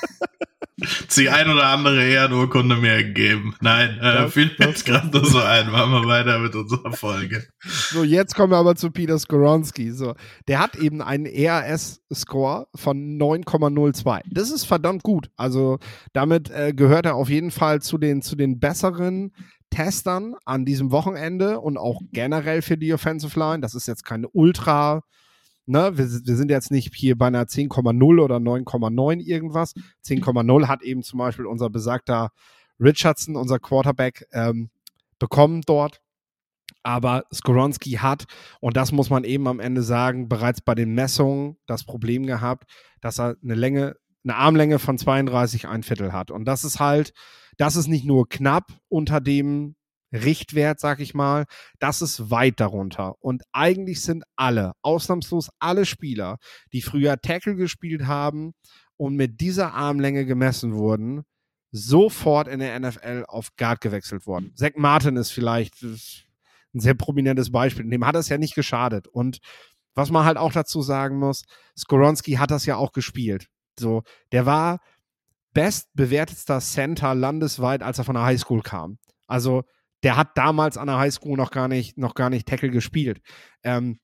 Speaker 5: Die ein oder andere Ehrenurkunde mehr gegeben. Nein, äh, fiel mir jetzt gerade nur so ein. Machen wir weiter mit unserer Folge.
Speaker 3: So, jetzt kommen wir aber zu Peter Skoronski. So, der hat eben einen R A S-Score von neun Komma null zwei. Das ist verdammt gut. Also damit äh, gehört er auf jeden Fall zu den, zu den besseren Testern an diesem Wochenende und auch generell für die Offensive Line. Das ist jetzt keine Ultra- Ne, wir, wir sind jetzt nicht hier bei einer zehn Komma null oder neun Komma neun irgendwas. zehn Komma null hat eben zum Beispiel unser besagter Richardson, unser Quarterback, ähm, bekommen dort. Aber Skoronski hat, und das muss man eben am Ende sagen, bereits bei den Messungen das Problem gehabt, dass er eine Länge, eine Armlänge von zweiunddreißig ein Viertel hat. Und das ist halt, das ist nicht nur knapp unter dem Richtwert, sag ich mal, das ist weit darunter. Und eigentlich sind alle, ausnahmslos alle Spieler, die früher Tackle gespielt haben und mit dieser Armlänge gemessen wurden, sofort in der N F L auf Guard gewechselt worden. Zach Martin ist vielleicht ein sehr prominentes Beispiel. Dem hat es ja nicht geschadet. Und was man halt auch dazu sagen muss, Skoronski hat das ja auch gespielt. So, der war bestbewertetster Center landesweit, als er von der Highschool kam. Also der hat damals an der Highschool noch gar nicht, noch gar nicht Tackle gespielt. Ähm,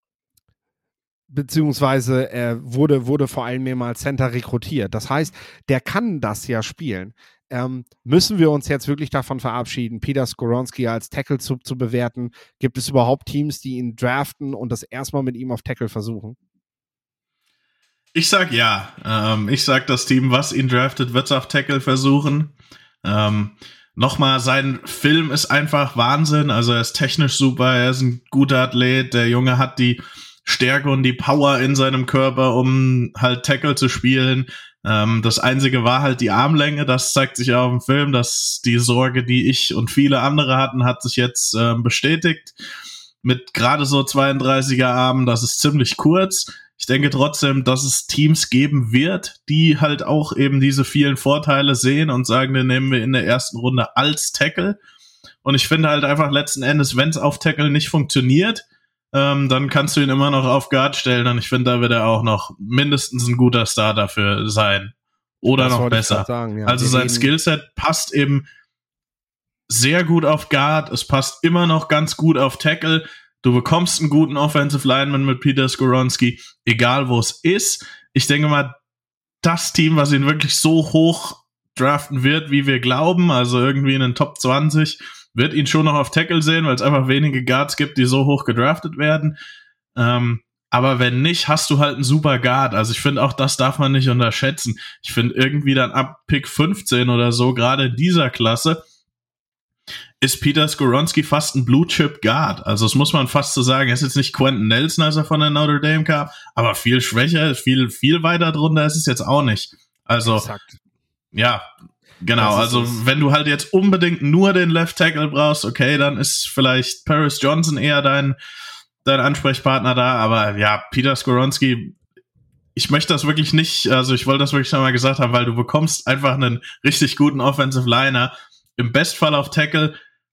Speaker 3: beziehungsweise er wurde, wurde vor allem mehrmals Center rekrutiert. Das heißt, der kann das ja spielen. Ähm, müssen wir uns jetzt wirklich davon verabschieden, Peter Skoronski als Tackle zu, zu bewerten? Gibt es überhaupt Teams, die ihn draften und das erstmal mit ihm auf Tackle versuchen?
Speaker 5: Ich sag ja. Ähm, ich sag, das Team, was ihn draftet, wird es auf Tackle versuchen. Ähm, Nochmal, sein Film ist einfach Wahnsinn. Also er ist technisch super, er ist ein guter Athlet. Der Junge hat die Stärke und die Power in seinem Körper, um halt Tackle zu spielen. Ähm, das Einzige war halt die Armlänge. Das zeigt sich auch im Film, dass die Sorge, die ich und viele andere hatten, hat sich jetzt äh, bestätigt. Mit gerade so zweiunddreißiger Armen, das ist ziemlich kurz. Ich denke trotzdem, dass es Teams geben wird, die halt auch eben diese vielen Vorteile sehen und sagen, den nehmen wir in der ersten Runde als Tackle. Und ich finde halt einfach letzten Endes, wenn es auf Tackle nicht funktioniert, ähm, dann kannst du ihn immer noch auf Guard stellen. Und ich finde, da wird er auch noch mindestens ein guter Star dafür sein. Oder das noch besser. Sagen, ja. Also sein Skillset passt eben sehr gut auf Guard. Es passt immer noch ganz gut auf Tackle. Du bekommst einen guten Offensive Lineman mit Peter Skoronski, egal wo es ist. Ich denke mal, das Team, was ihn wirklich so hoch draften wird, wie wir glauben, also irgendwie in den Top zwanzig, wird ihn schon noch auf Tackle sehen, weil es einfach wenige Guards gibt, die so hoch gedraftet werden. Ähm, aber wenn nicht, hast du halt einen super Guard. Also ich finde auch, das darf man nicht unterschätzen. Ich finde irgendwie dann ab Pick fünfzehn oder so, gerade in dieser Klasse, ist Peter Skoronski fast ein Blue-Chip-Guard. Also das muss man fast so sagen. Er ist jetzt nicht Quentin Nelson, als er von der Notre Dame kam, aber viel schwächer, viel, viel weiter drunter ist es jetzt auch nicht. Also, Exakt. ja, genau. Also es. Wenn du halt jetzt unbedingt nur den Left Tackle brauchst, okay, dann ist vielleicht Paris Johnson eher dein, dein Ansprechpartner da, aber ja, Peter Skoronski, ich möchte das wirklich nicht, also ich wollte das wirklich schon mal gesagt haben, weil du bekommst einfach einen richtig guten Offensive Liner, im Bestfall auf Tackle,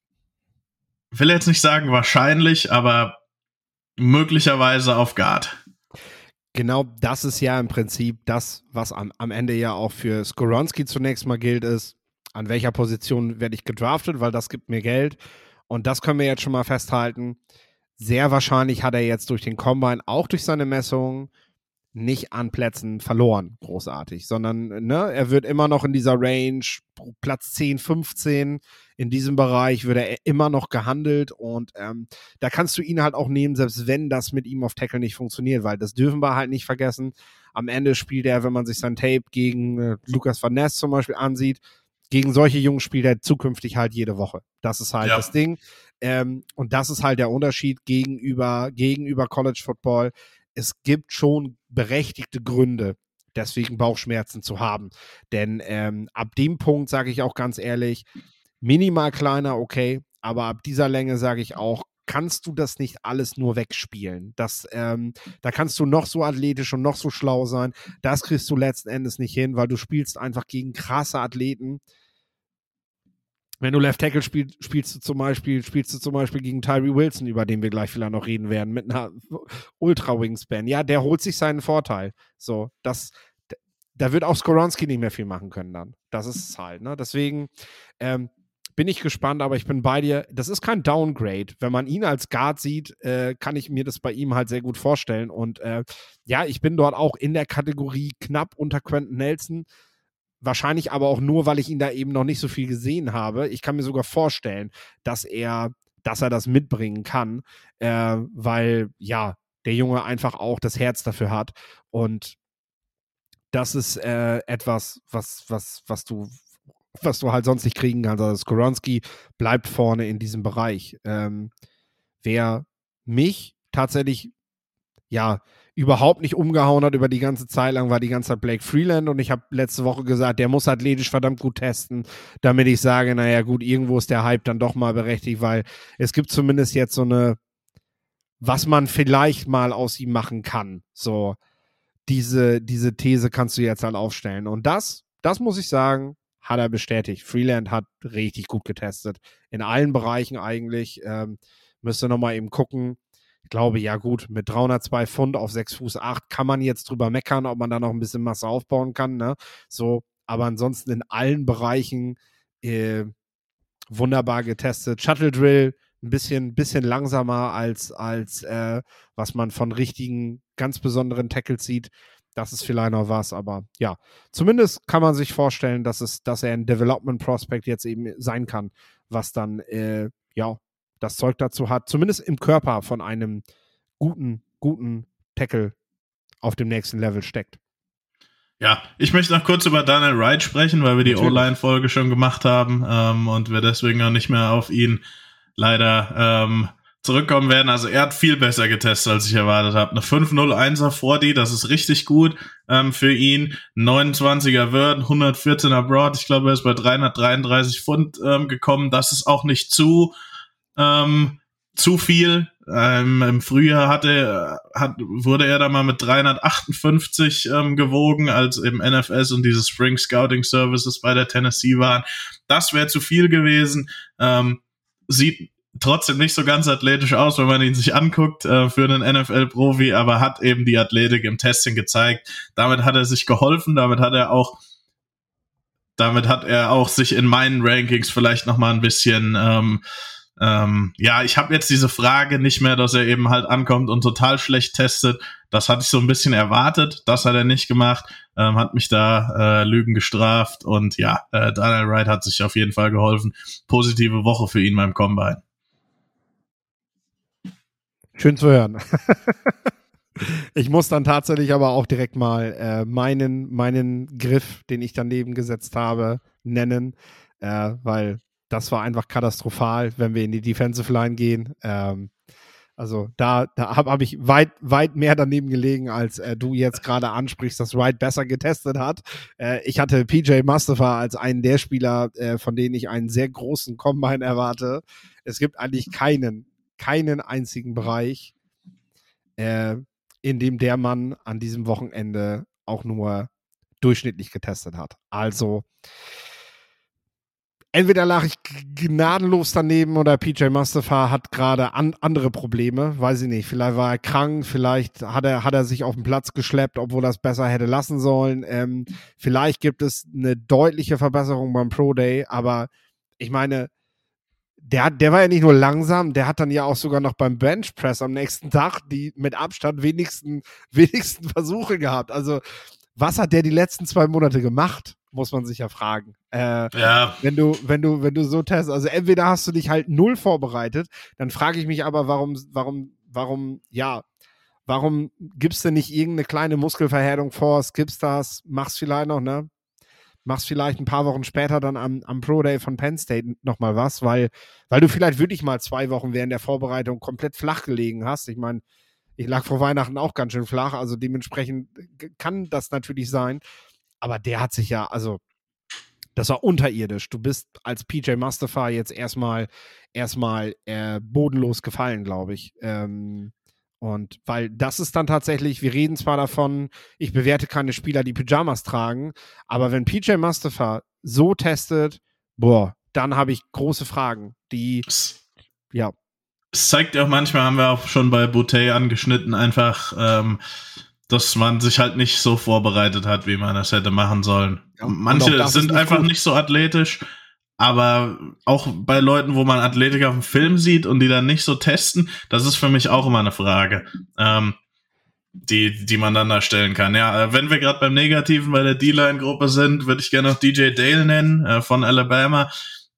Speaker 5: will jetzt nicht sagen wahrscheinlich, aber möglicherweise auf Guard.
Speaker 3: Genau, das ist ja im Prinzip das, was am, am Ende ja auch für Skoronski zunächst mal gilt, ist, an welcher Position werde ich gedraftet, weil das gibt mir Geld. Und das können wir jetzt schon mal festhalten. Sehr wahrscheinlich hat er jetzt durch den Combine, auch durch seine Messungen, nicht an Plätzen verloren, großartig, sondern ne, er wird immer noch in dieser Range, Platz zehn, fünfzehn, in diesem Bereich wird er immer noch gehandelt und ähm, da kannst du ihn halt auch nehmen, selbst wenn das mit ihm auf Tackle nicht funktioniert, weil das dürfen wir halt nicht vergessen. Am Ende spielt er, wenn man sich sein Tape gegen äh, Lucas Van Ness zum Beispiel ansieht, gegen solche Jungs spielt er zukünftig halt jede Woche. Das ist halt ja. das Ding. Ähm, und das ist halt der Unterschied gegenüber, gegenüber College Football. Es gibt schon berechtigte Gründe, deswegen Bauchschmerzen zu haben. Denn ähm, ab dem Punkt sage ich auch ganz ehrlich, minimal kleiner, okay, aber ab dieser Länge sage ich auch, kannst du das nicht alles nur wegspielen. Das, ähm, da kannst du noch so athletisch und noch so schlau sein. Das kriegst du letzten Endes nicht hin, weil du spielst einfach gegen krasse Athleten. Wenn du Left Tackle spielst, spielst du zum Beispiel, spielst du zum Beispiel gegen Tyree Wilson, über den wir gleich vielleicht noch reden werden, mit einer Ultra Wingspan. Ja, der holt sich seinen Vorteil. So, das, da wird auch Skoronski nicht mehr viel machen können dann. Das ist es halt, ne? Deswegen ähm, bin ich gespannt, aber ich bin bei dir. Das ist kein Downgrade. Wenn man ihn als Guard sieht, äh, kann ich mir das bei ihm halt sehr gut vorstellen. Und äh, ja, ich bin dort auch in der Kategorie knapp unter Quentin Nelson. Wahrscheinlich aber auch nur, weil ich ihn da eben noch nicht so viel gesehen habe. Ich kann mir sogar vorstellen, dass er, dass er das mitbringen kann, äh, weil ja, der Junge einfach auch das Herz dafür hat. Und das ist äh, etwas, was, was, was du, was du halt sonst nicht kriegen kannst. Also Skoronski bleibt vorne in diesem Bereich. Ähm, wer mich tatsächlich ja überhaupt nicht umgehauen hat über die ganze Zeit lang, war die ganze Zeit Blake Freeland. Und ich habe letzte Woche gesagt, der muss athletisch verdammt gut testen, damit ich sage, naja gut, irgendwo ist der Hype dann doch mal berechtigt, weil es gibt zumindest jetzt so eine, was man vielleicht mal aus ihm machen kann. So, diese, diese These kannst du jetzt halt aufstellen. Und das, das muss ich sagen, hat er bestätigt. Freeland hat richtig gut getestet. In allen Bereichen eigentlich. Ähm, müsste nochmal eben gucken. Ich glaube, ja gut, mit dreihundertzwei Pfund auf sechs Fuß acht kann man jetzt drüber meckern, ob man da noch ein bisschen Masse aufbauen kann. Ne? So, aber ansonsten in allen Bereichen äh, wunderbar getestet. Shuttle Drill ein bisschen, bisschen langsamer als, als äh, was man von richtigen, ganz besonderen Tackles sieht. Das ist vielleicht noch was, aber ja, zumindest kann man sich vorstellen, dass es, dass er ein Development Prospect jetzt eben sein kann, was dann, äh, ja, das Zeug dazu hat, zumindest im Körper von einem guten, guten Tackle auf dem nächsten Level steckt.
Speaker 5: Ja, ich möchte noch kurz über Daniel Wright sprechen, weil wir die O-Line-Folge schon gemacht haben ähm, und wir deswegen auch nicht mehr auf ihn leider ähm, zurückkommen werden. Also er hat viel besser getestet, als ich erwartet habe. Eine fünf null eins er Forty, das ist richtig gut ähm, für ihn. neunundzwanziger Word, hundertvierzehner Broad. Ich glaube, er ist bei dreihundertdreiunddreißig Pfund ähm, gekommen. Das ist auch nicht zu ähm, zu viel. Ähm, Im Frühjahr hatte, hat, wurde er da mal mit dreihundertachtundfünfzig ähm, gewogen, als eben N F S und diese Spring Scouting Services bei der Tennessee waren. Das wäre zu viel gewesen. Ähm, sieht trotzdem nicht so ganz athletisch aus, wenn man ihn sich anguckt äh, für einen N F L-Profi, aber hat eben die Athletik im Testing gezeigt. Damit hat er sich geholfen, damit hat er auch damit hat er auch sich in meinen Rankings vielleicht noch mal ein bisschen ähm, ähm, ja, ich habe jetzt diese Frage nicht mehr, dass er eben halt ankommt und total schlecht testet. Das hatte ich so ein bisschen erwartet, das hat er nicht gemacht, ähm, hat mich da äh, Lügen gestraft und ja, äh, Daniel Wright hat sich auf jeden Fall geholfen. Positive Woche für ihn beim Combine.
Speaker 3: Schön zu hören. Ich muss dann tatsächlich aber auch direkt mal äh, meinen, meinen Griff, den ich daneben gesetzt habe, nennen, äh, weil das war einfach katastrophal, wenn wir in die Defensive Line gehen. Ähm, also da, da habe hab ich weit, weit mehr daneben gelegen, als äh, du jetzt gerade ansprichst, dass Wright besser getestet hat. Äh, ich hatte P J Mustafa als einen der Spieler, äh, von denen ich einen sehr großen Combine erwarte. Es gibt eigentlich keinen, keinen einzigen Bereich, äh, in dem der Mann an diesem Wochenende auch nur durchschnittlich getestet hat. Also entweder lag ich gnadenlos daneben oder P J Mustafa hat gerade an, andere Probleme, weiß ich nicht. Vielleicht war er krank, vielleicht hat er, hat er sich auf den Platz geschleppt, obwohl er es besser hätte lassen sollen. Ähm, vielleicht gibt es eine deutliche Verbesserung beim Pro Day, aber ich meine, der, der war ja nicht nur langsam, der hat dann ja auch sogar noch beim Bench Press am nächsten Tag die mit Abstand wenigsten, wenigsten Versuche gehabt. Also was hat der die letzten zwei Monate gemacht? Muss man sich ja fragen. Äh, ja. Wenn du, wenn du, wenn du so testest, also entweder hast du dich halt null vorbereitet, dann frage ich mich aber, warum, warum, warum, ja, warum gibst du nicht irgendeine kleine Muskelverhärtung vor, skippst das, machst vielleicht noch, ne? Machst vielleicht ein paar Wochen später dann am, am Pro Day von Penn State nochmal was, weil, weil du vielleicht wirklich mal zwei Wochen während der Vorbereitung komplett flach gelegen hast. Ich meine, ich lag vor Weihnachten auch ganz schön flach, also dementsprechend kann das natürlich sein. Aber der hat sich ja, also das war unterirdisch. Du bist als P J Mustafa jetzt erstmal erstmal äh, bodenlos gefallen, glaube ich. Ähm, und weil das ist dann tatsächlich, wir reden zwar davon, ich bewerte keine Spieler, die Pyjamas tragen, aber wenn P J Mustafa so testet, boah, dann habe ich große Fragen, die, ja.
Speaker 5: Es zeigt ja auch manchmal, haben wir auch schon bei Boutte angeschnitten, einfach, ähm, dass man sich halt nicht so vorbereitet hat, wie man das hätte machen sollen. Ja, manche sind nicht einfach gut. Nicht so athletisch, aber auch bei Leuten, wo man Athletik auf dem Film sieht und die dann nicht so testen, das ist für mich auch immer eine Frage, ähm, die die man dann da stellen kann. Ja, wenn wir gerade beim Negativen bei der D-Line-Gruppe sind, würde ich gerne noch D J Dale nennen, äh, von Alabama,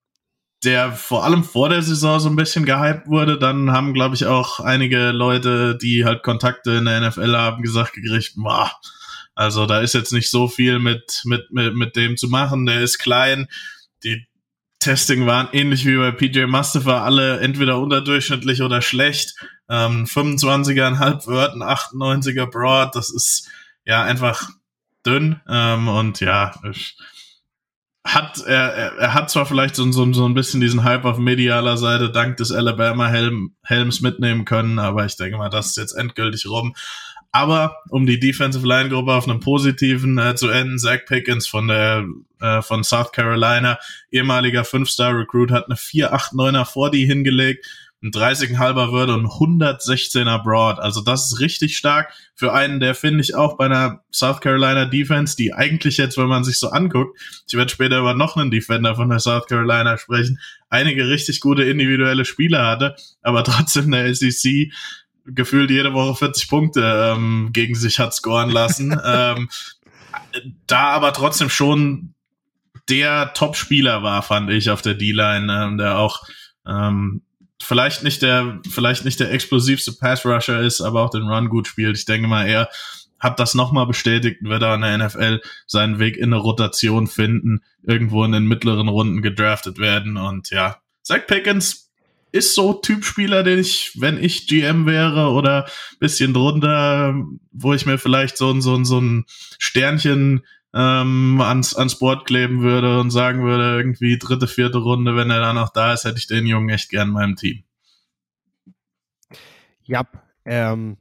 Speaker 5: der vor allem vor der Saison so ein bisschen gehypt wurde. Dann haben, glaube ich, auch einige Leute, die halt Kontakte in der N F L haben, gesagt gekriegt, boah, also da ist jetzt nicht so viel mit mit mit mit dem zu machen. Der ist klein. Die Testing waren ähnlich wie bei P J Mustafa alle entweder unterdurchschnittlich oder schlecht. ähm, fünfundzwanziger ein Halbword, ein achtundneunziger Broad, das ist ja einfach dünn, ähm, und ja, ich, hat er, er, er hat zwar vielleicht so, so, so ein bisschen diesen Hype auf medialer Seite dank des Alabama-Helms mitnehmen können, aber ich denke mal, das ist jetzt endgültig rum. Aber um die Defensive Line Gruppe auf einem positiven äh, zu enden, Zach Pickens von der äh, von South Carolina, ehemaliger Fünf-Star Recruit, hat eine vier acht neuner Forty hingelegt, ein dreißig Komma fünf Word und hundertsechzehner Broad. Also das ist richtig stark für einen, der, finde ich, auch bei einer South Carolina Defense, die eigentlich jetzt, wenn man sich so anguckt, ich werde später über noch einen Defender von der South Carolina sprechen, einige richtig gute individuelle Spieler hatte, aber trotzdem der S E C gefühlt jede Woche vierzig Punkte ähm, gegen sich hat scoren lassen. ähm, da aber trotzdem schon der Top-Spieler war, fand ich, auf der D-Line, ähm, der auch ähm, vielleicht nicht der vielleicht nicht der explosivste Pass-Rusher ist, aber auch den Run gut spielt. Ich denke mal, er hat das nochmal bestätigt und wird er in der N F L seinen Weg in eine Rotation finden, irgendwo in den mittleren Runden gedraftet werden. Und ja, Zach Pickens ist so Typspieler, den ich, wenn ich G M wäre oder bisschen drunter, wo ich mir vielleicht so ein so ein so ein Sternchen ähm, ans ans Board kleben würde und sagen würde, irgendwie dritte, vierte Runde, wenn er da noch da ist, hätte ich den Jungen echt gern in meinem Team.
Speaker 3: Ja, ähm,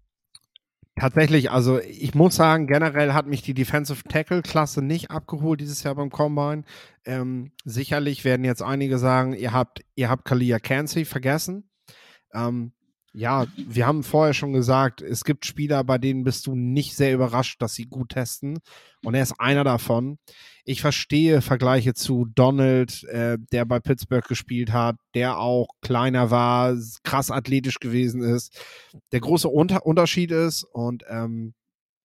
Speaker 3: tatsächlich, also ich muss sagen, generell hat mich die Defensive Tackle-Klasse nicht abgeholt dieses Jahr beim Combine. Ähm, sicherlich werden jetzt einige sagen, ihr habt, ihr habt Kalia Cansey vergessen. Ähm, ja, wir haben vorher schon gesagt, es gibt Spieler, bei denen bist du nicht sehr überrascht, dass sie gut testen. Und er ist einer davon. Ich verstehe Vergleiche zu Donald, äh, der bei Pittsburgh gespielt hat, der auch kleiner war, krass athletisch gewesen ist. Der große Unter- Unterschied ist, und ähm,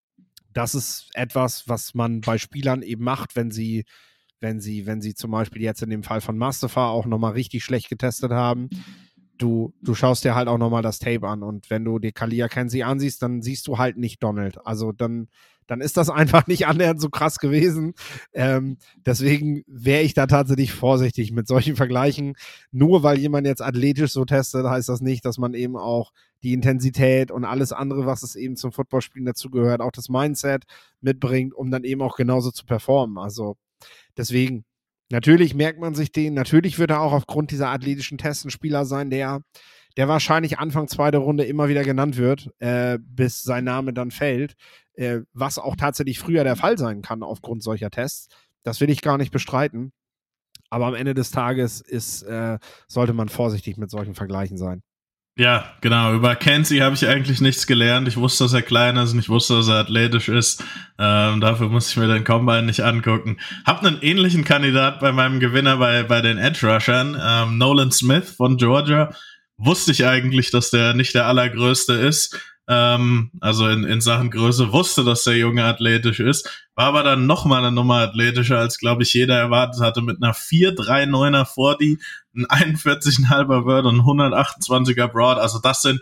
Speaker 3: das ist etwas, was man bei Spielern eben macht, wenn sie, wenn sie, wenn sie zum Beispiel jetzt in dem Fall von Mustafa auch nochmal richtig schlecht getestet haben. Du, du schaust dir halt auch nochmal das Tape an, und wenn du dir Kalia Cansey ansiehst, dann siehst du halt nicht Donald. Also dann, dann ist das einfach nicht annähernd so krass gewesen. Ähm, deswegen wäre ich da tatsächlich vorsichtig mit solchen Vergleichen. Nur weil jemand jetzt athletisch so testet, heißt das nicht, dass man eben auch die Intensität und alles andere, was es eben zum Footballspielen dazugehört, auch das Mindset mitbringt, um dann eben auch genauso zu performen. Also deswegen, natürlich merkt man sich den, natürlich wird er auch aufgrund dieser athletischen Tests ein Spieler sein, der, der wahrscheinlich Anfang zweite Runde immer wieder genannt wird, äh, bis sein Name dann fällt, äh, was auch tatsächlich früher der Fall sein kann aufgrund solcher Tests. Das will ich gar nicht bestreiten, aber am Ende des Tages ist, äh, sollte man vorsichtig mit solchen Vergleichen sein.
Speaker 5: Ja, genau. Über Cansey habe ich eigentlich nichts gelernt. Ich wusste, dass er klein ist und ich wusste, dass er athletisch ist. Ähm, dafür muss ich mir den Combine nicht angucken. Hab einen ähnlichen Kandidat bei meinem Gewinner bei, bei den Edge-Rushern. Ähm, Nolan Smith von Georgia. Wusste ich eigentlich, dass der nicht der allergrößte ist. Ähm, also in, in Sachen Größe wusste, dass der Junge athletisch ist. War aber dann nochmal eine Nummer athletischer, als, glaube ich, jeder erwartet hatte, mit einer vier drei neuner Forty, ein einundvierzig Komma fünf Word und hundertachtundzwanziger Broad. Also das sind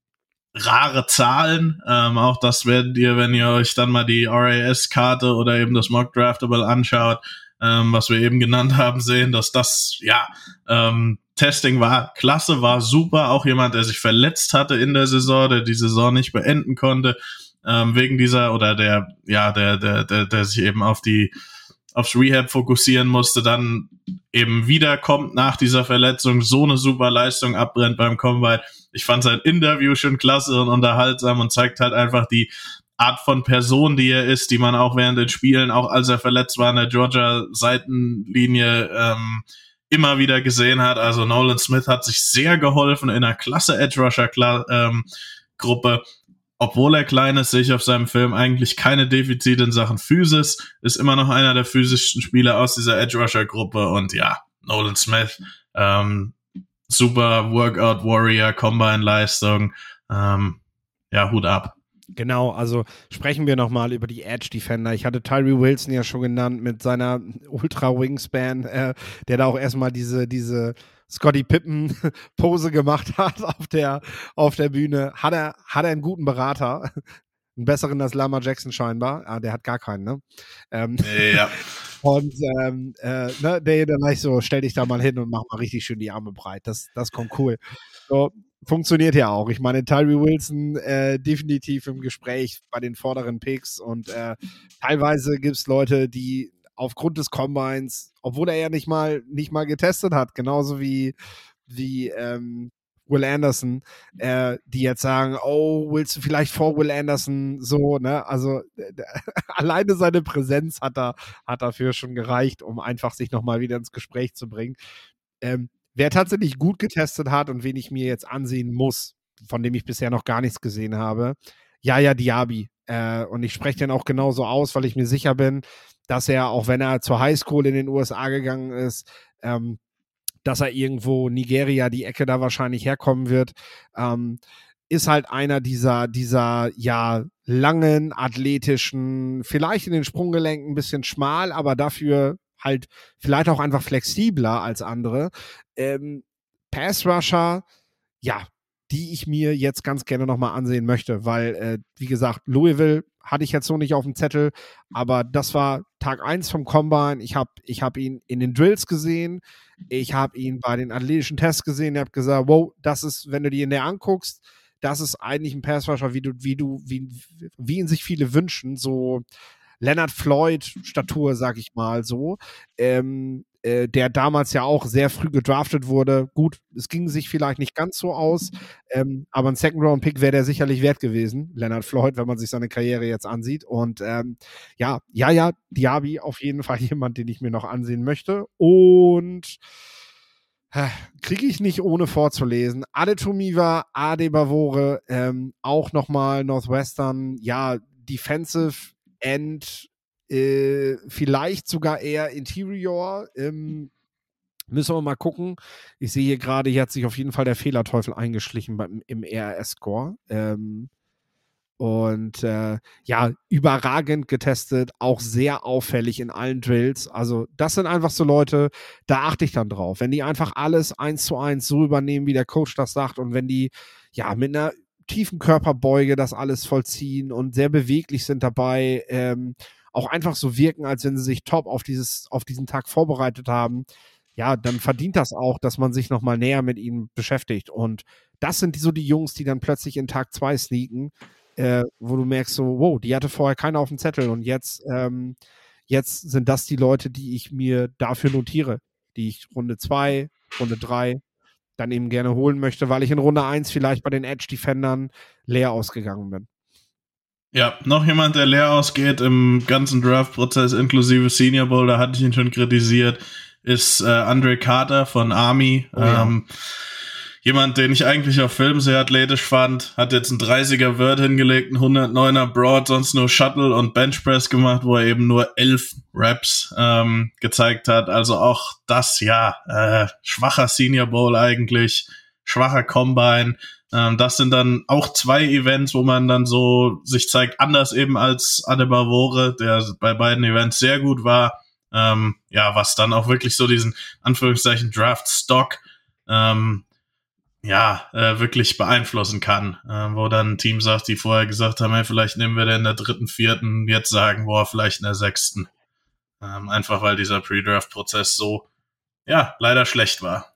Speaker 5: rare Zahlen. Ähm, auch das werdet ihr, wenn ihr euch dann mal die R A S-Karte oder eben das Mock Draftable anschaut, ähm, was wir eben genannt haben, sehen, dass das, ja, ähm, Testing war klasse, war super. Auch jemand, der sich verletzt hatte in der Saison, der die Saison nicht beenden konnte, ähm, wegen dieser, oder der, ja, der, der, der, der sich eben auf die, aufs Rehab fokussieren musste, dann eben wiederkommt nach dieser Verletzung, so eine super Leistung abbrennt beim Combine. Ich fand sein Interview schon klasse und unterhaltsam und zeigt halt einfach die Art von Person, die er ist, die man auch während den Spielen, auch als er verletzt war in der Georgia-Seitenlinie, ähm, immer wieder gesehen hat. Also Nolan Smith hat sich sehr geholfen in einer klasse Edge-Rusher-Gruppe. Obwohl er klein ist, sehe ich auf seinem Film eigentlich keine Defizite in Sachen Physis. Ist immer noch einer der physischsten Spieler aus dieser Edge-Rusher-Gruppe. Und ja, Nolan Smith, ähm, super Workout-Warrior, Combine-Leistung. Ähm, ja, Hut ab.
Speaker 3: Genau, also sprechen wir nochmal über die Edge-Defender. Ich hatte Tyree Wilson ja schon genannt mit seiner Ultra-Wingspan, äh, der da auch erstmal diese, diese Scottie Pippen-Pose gemacht hat auf der, auf der Bühne. Hat er, hat er einen guten Berater, einen besseren als Lamar Jackson scheinbar. Ah, der hat gar keinen, ne? Ähm,
Speaker 5: ja.
Speaker 3: Und ähm, äh, ne, der dann gleich so, stell dich da mal hin und mach mal richtig schön die Arme breit. Das, das kommt cool. So, funktioniert ja auch. Ich meine, Tyree Wilson äh, definitiv im Gespräch bei den vorderen Picks und äh, teilweise gibt es Leute, die aufgrund des Combines, obwohl er ja nicht mal nicht mal getestet hat, genauso wie wie ähm, Will Anderson, äh, die jetzt sagen, oh, willst du vielleicht vor Will Anderson so, ne? Also äh, alleine seine Präsenz hat er hat dafür schon gereicht, um einfach sich nochmal wieder ins Gespräch zu bringen. Ähm, wer tatsächlich gut getestet hat und wen ich mir jetzt ansehen muss, von dem ich bisher noch gar nichts gesehen habe, Yaya Diaby. Äh, und ich spreche den auch genauso aus, weil ich mir sicher bin, dass er, auch wenn er zur Highschool in den U S A gegangen ist, ähm, dass er irgendwo Nigeria, die Ecke da wahrscheinlich herkommen wird, ähm, ist halt einer dieser, dieser, ja, langen, athletischen, vielleicht in den Sprunggelenken ein bisschen schmal, aber dafür halt vielleicht auch einfach flexibler als andere. Ähm, Pass-Rusher, ja, die ich mir jetzt ganz gerne nochmal ansehen möchte, weil, äh, wie gesagt, Louisville hatte ich jetzt so nicht auf dem Zettel, aber das war Tag eins vom Combine. Ich habe ich hab ihn in den Drills gesehen, ich habe ihn bei den athletischen Tests gesehen, ich habe gesagt, wow, das ist, wenn du dir ihn näher anguckst, das ist eigentlich ein Passrusher, wie du, wie du, wie, wie ihn sich viele wünschen, so Leonard Floyd-Statur, sag ich mal so, ähm, äh, der damals ja auch sehr früh gedraftet wurde. Gut, es ging sich vielleicht nicht ganz so aus, ähm, aber ein Second-Round-Pick wäre der sicherlich wert gewesen, Leonard Floyd, wenn man sich seine Karriere jetzt ansieht. Und ähm, ja, ja, ja, Diaby auf jeden Fall jemand, den ich mir noch ansehen möchte. Und äh, kriege ich nicht ohne vorzulesen. Adetumiwa, Adebawore, ähm, auch nochmal Northwestern, ja, Defensive End, äh, vielleicht sogar eher Interior. Ähm, müssen wir mal gucken. Ich sehe hier gerade, hier hat sich auf jeden Fall der Fehlerteufel eingeschlichen beim, im R R S-Score. Ähm, und äh, ja, überragend getestet, auch sehr auffällig in allen Drills. Also das sind einfach so Leute, da achte ich dann drauf. Wenn die einfach alles eins zu eins so übernehmen, wie der Coach das sagt, und wenn die ja mit einer tiefen Körperbeuge das alles vollziehen und sehr beweglich sind dabei, ähm, auch einfach so wirken, als wenn sie sich top auf dieses, auf diesen Tag vorbereitet haben, ja, dann verdient das auch, dass man sich nochmal näher mit ihnen beschäftigt. Und das sind die, so die Jungs, die dann plötzlich in Tag zwei sneaken, äh, wo du merkst so, wow, die hatte vorher keiner auf dem Zettel und jetzt, ähm, jetzt sind das die Leute, die ich mir dafür notiere, die ich Runde zwei, Runde drei dann eben gerne holen möchte, weil ich in Runde eins vielleicht bei den Edge-Defendern leer ausgegangen bin.
Speaker 5: Ja, noch jemand, der leer ausgeht im ganzen Draft-Prozess inklusive Senior Bowl, da hatte ich ihn schon kritisiert, ist äh, Andre Carter von Army. Oh, ja. ähm, jemand, den ich eigentlich auf Film sehr athletisch fand, hat jetzt ein dreißiger Word hingelegt, ein hundertneuner Broad, sonst nur Shuttle und Benchpress gemacht, wo er eben nur elf Reps ähm, gezeigt hat. Also auch das, ja, äh, schwacher Senior Bowl eigentlich, schwacher Combine. Ähm, das sind dann auch zwei Events, wo man dann so sich zeigt, anders eben als Adebawore, der bei beiden Events sehr gut war. Ähm, ja, was dann auch wirklich so diesen Anführungszeichen Draft-Stock ähm, ja, äh, wirklich beeinflussen kann, äh, wo dann ein Team sagt, die vorher gesagt haben, hey, vielleicht nehmen wir den in der dritten, vierten, jetzt sagen, boah, vielleicht in der sechsten. Ähm, einfach weil dieser Pre-Draft-Prozess so, ja, leider schlecht war.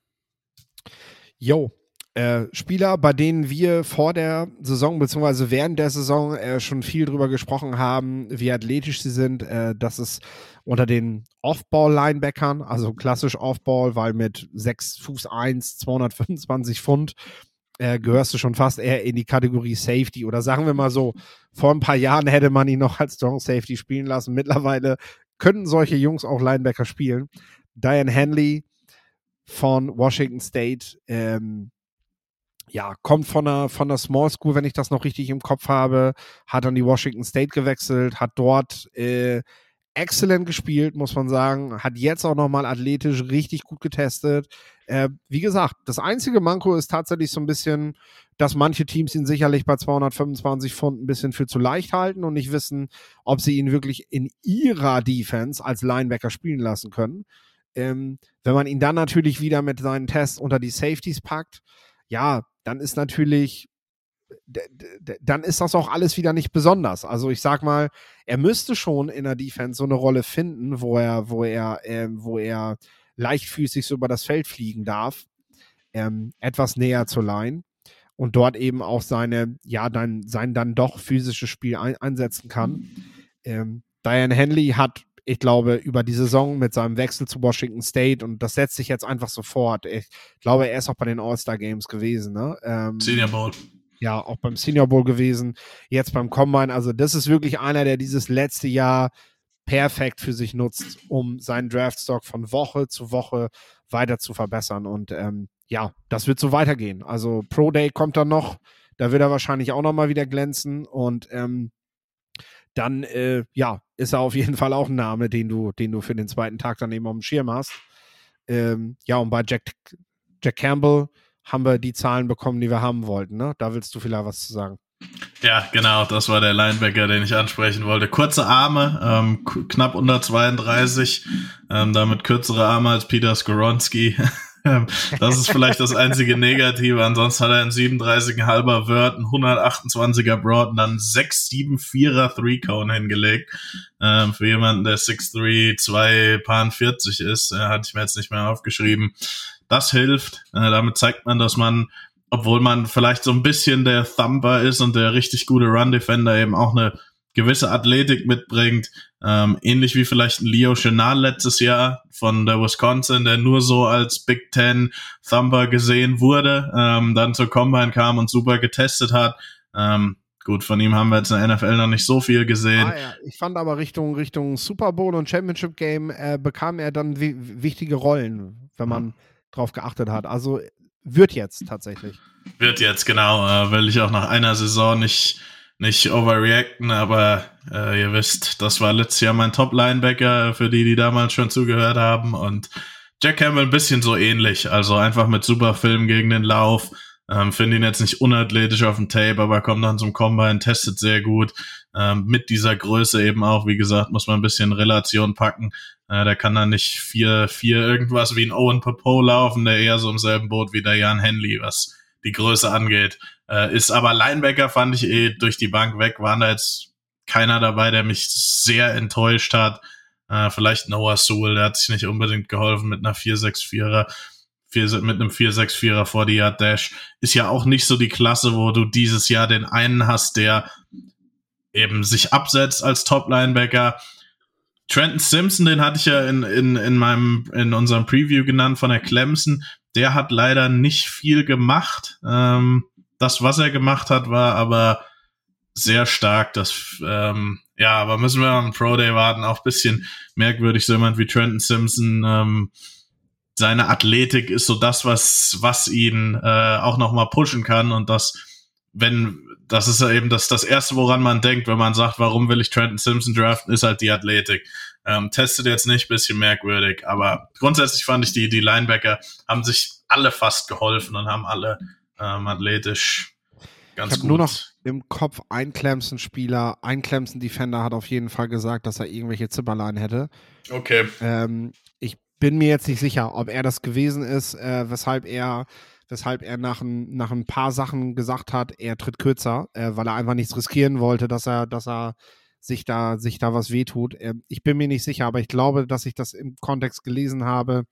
Speaker 3: Jo, äh, Spieler, bei denen wir vor der Saison beziehungsweise während der Saison äh, schon viel drüber gesprochen haben, wie athletisch sie sind, äh, das ist unter den Off-Ball-Linebackern, also klassisch Off-Ball, weil mit sechs Fuß eins, zweihundertfünfundzwanzig Pfund äh, gehörst du schon fast eher in die Kategorie Safety, oder sagen wir mal so, vor ein paar Jahren hätte man ihn noch als Strong Safety spielen lassen. Mittlerweile können solche Jungs auch Linebacker spielen. Diane Hanley von Washington State, ähm, ja, kommt von einer, von einer Small School, wenn ich das noch richtig im Kopf habe, hat an die Washington State gewechselt, hat dort äh, exzellent gespielt, muss man sagen, hat jetzt auch nochmal athletisch richtig gut getestet. Äh, wie gesagt, das einzige Manko ist tatsächlich so ein bisschen, dass manche Teams ihn sicherlich bei zweihundertfünfundzwanzig Pfund ein bisschen für zu leicht halten und nicht wissen, ob sie ihn wirklich in ihrer Defense als Linebacker spielen lassen können. Ähm, wenn man ihn dann natürlich wieder mit seinen Tests unter die Safeties packt, ja, dann ist natürlich, d- d- dann ist das auch alles wieder nicht besonders. Also ich sag mal, er müsste schon in der Defense so eine Rolle finden, wo er, wo er, äh, wo er leichtfüßig so über das Feld fliegen darf, ähm, etwas näher zur Line. und dort eben auch seine, ja, dann, sein dann doch physisches Spiel ein, einsetzen kann. Ähm, Diane Henley hat, ich glaube, über die Saison mit seinem Wechsel zu Washington State, und das setzt sich jetzt einfach sofort. Ich glaube, er ist auch bei den All-Star Games gewesen, ne? Ähm,
Speaker 5: Senior Bowl.
Speaker 3: Ja, auch beim Senior Bowl gewesen, jetzt beim Combine. Also das ist wirklich einer, der dieses letzte Jahr perfekt für sich nutzt, um seinen Draftstock von Woche zu Woche weiter zu verbessern. Und ähm, ja, das wird so weitergehen. Also Pro Day kommt dann noch, da wird er wahrscheinlich auch nochmal wieder glänzen. Und ähm, dann, äh, ja, ist er auf jeden Fall auch ein Name, den du, den du für den zweiten Tag dann eben auf dem Schirm hast. Ähm, ja, und bei Jack, Jack Campbell haben wir die Zahlen bekommen, die wir haben wollten, ne? Da willst du vielleicht was zu sagen.
Speaker 5: Ja, genau, das war der Linebacker, den ich ansprechen wollte. Kurze Arme, ähm, k- knapp unter zweiunddreißig, ähm, damit kürzere Arme als Peter Skoronski. Das ist vielleicht das einzige Negative. Ansonsten hat er einen siebenunddreißig Komma fünfer Vert, einen hundertachtundzwanziger Broad und dann einen sechs Komma siebenundvierzig Three-Cone hingelegt. Ähm, für jemanden, der sechs drei, zwei vierzig ist, äh, hatte ich mir jetzt nicht mehr aufgeschrieben. Das hilft. Äh, damit zeigt man, dass man, obwohl man vielleicht so ein bisschen der Thumper ist und der richtig gute Run-Defender, eben auch eine gewisse Athletik mitbringt, ähm, ähnlich wie vielleicht ein Leo Chenal letztes Jahr von der Wisconsin, der nur so als Big Ten Thumper gesehen wurde, ähm, dann zur Combine kam und super getestet hat. Ähm, gut, von ihm haben wir jetzt in der N F L noch nicht so viel gesehen.
Speaker 3: Ah, ja. Ich fand aber Richtung, Richtung Super Bowl und Championship Game äh, bekam er dann wi- wichtige Rollen, wenn man mhm. drauf geachtet hat. Also wird jetzt tatsächlich.
Speaker 5: Wird jetzt, genau. Äh, will ich auch nach einer Saison nicht nicht overreacten, aber äh, ihr wisst, das war letztes Jahr mein Top-Linebacker, für die, die damals schon zugehört haben, und Jack Campbell ein bisschen so ähnlich, also einfach mit super Film gegen den Lauf, ähm, finde ihn jetzt nicht unathletisch auf dem Tape, aber kommt dann zum Combine, testet sehr gut, ähm, mit dieser Größe eben auch, wie gesagt, muss man ein bisschen Relation packen, äh, der kann dann nicht vier vier irgendwas wie ein Owen Pappoe laufen, der eher so im selben Boot wie der Jan Henley, was die Größe angeht. Äh, ist aber Linebacker, fand ich eh durch die Bank weg, waren da jetzt keiner dabei, der mich sehr enttäuscht hat. Äh, vielleicht Noah Sewell, der hat sich nicht unbedingt geholfen mit einer vier sechs vierer, vier, mit einem vier sechs vierer forty Yard Dash. Ist ja auch nicht so die Klasse, wo du dieses Jahr den einen hast, der eben sich absetzt als Top-Linebacker. Trenton Simpson, den hatte ich ja in, in, in meinem, in unserem Preview genannt von der Clemson. Der hat leider nicht viel gemacht. Ähm, das, was er gemacht hat, war aber sehr stark. Das, ähm, ja, aber müssen wir am Pro Day warten. Auch ein bisschen merkwürdig, so jemand wie Trenton Simpson. Ähm, seine Athletik ist so das, was, was ihn äh, auch nochmal pushen kann. Und das, wenn, das ist ja eben das, das Erste, woran man denkt, wenn man sagt, warum will ich Trenton Simpson draften, ist halt die Athletik. Ähm, testet jetzt nicht, bisschen merkwürdig, aber grundsätzlich fand ich, die, die Linebacker haben sich alle fast geholfen und haben alle ähm, athletisch ganz
Speaker 3: ich
Speaker 5: gut.
Speaker 3: Nur noch im Kopf, ein Clemson-Spieler, ein Clemson-Defender hat auf jeden Fall gesagt, dass er irgendwelche Zipperlein hätte.
Speaker 5: Okay.
Speaker 3: Ähm, ich bin mir jetzt nicht sicher, ob er das gewesen ist, äh, weshalb er weshalb er nach ein, nach ein paar Sachen gesagt hat, er tritt kürzer, äh, weil er einfach nichts riskieren wollte, dass er, dass er sich da, sich da was wehtut. Ähm, ich bin mir nicht sicher, aber ich glaube, dass ich das im Kontext gelesen habe,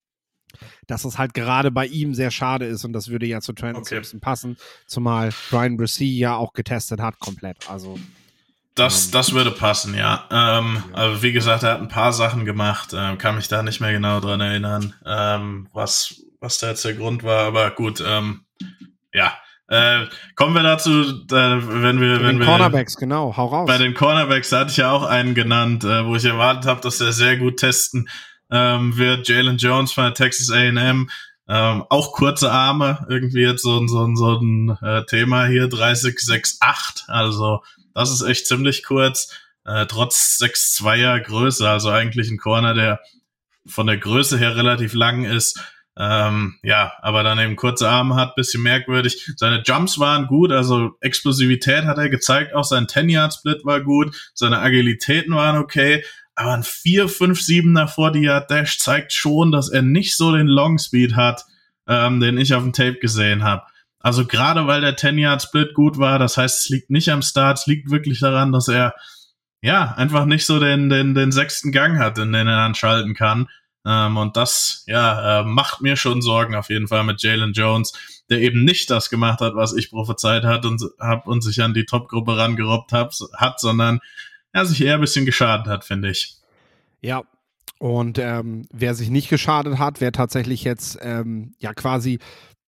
Speaker 3: dass es halt gerade bei ihm sehr schade ist, und das würde ja zu Trenton
Speaker 5: okay.
Speaker 3: Simpson passen, zumal Brian Bresee ja auch getestet hat komplett. Also
Speaker 5: Das,
Speaker 3: ähm,
Speaker 5: das würde passen, ja. Ähm,
Speaker 3: ja.
Speaker 5: Also wie gesagt, er hat ein paar Sachen gemacht, äh, kann mich da nicht mehr genau dran erinnern, ähm, was, was da jetzt der Grund war, aber gut, ähm, ja. Äh, kommen wir dazu, äh, wenn wir,
Speaker 3: bei
Speaker 5: wenn
Speaker 3: den
Speaker 5: wir
Speaker 3: Cornerbacks, genau, hau raus.
Speaker 5: Bei den Cornerbacks hatte ich ja auch einen genannt, äh, wo ich erwartet habe, dass er sehr gut testen ähm, wird. Jalen Jones von der Texas A and M, ähm, auch kurze Arme, irgendwie jetzt so, so, so ein äh, Thema hier, dreißig sechs acht, also das ist echt ziemlich kurz, äh, trotz sechs zweier Größe, also eigentlich ein Corner, der von der Größe her relativ lang ist. Ähm, ja, aber dann eben kurze Arme hat, bisschen merkwürdig. Seine Jumps waren gut, also Explosivität hat er gezeigt, auch sein ten-Yard-Split war gut, seine Agilitäten waren okay, aber ein vier fünf siebener forty-Yard-Dash zeigt schon, dass er nicht so den Long-Speed hat, ähm, den ich auf dem Tape gesehen habe. Also gerade weil der ten-Yard-Split gut war, das heißt, es liegt nicht am Start, es liegt wirklich daran, dass er ja einfach nicht so den, den, den sechsten Gang hat, in den er dann schalten kann. Ähm, und das, ja, äh, macht mir schon Sorgen auf jeden Fall mit Jalen Jones, der eben nicht das gemacht hat, was ich prophezeit hat und hab und sich an die Top-Gruppe rangerobbt hab, hat, sondern er sich eher ein bisschen geschadet hat, finde ich.
Speaker 3: Ja, und ähm, wer sich nicht geschadet hat, wer tatsächlich jetzt ähm, ja quasi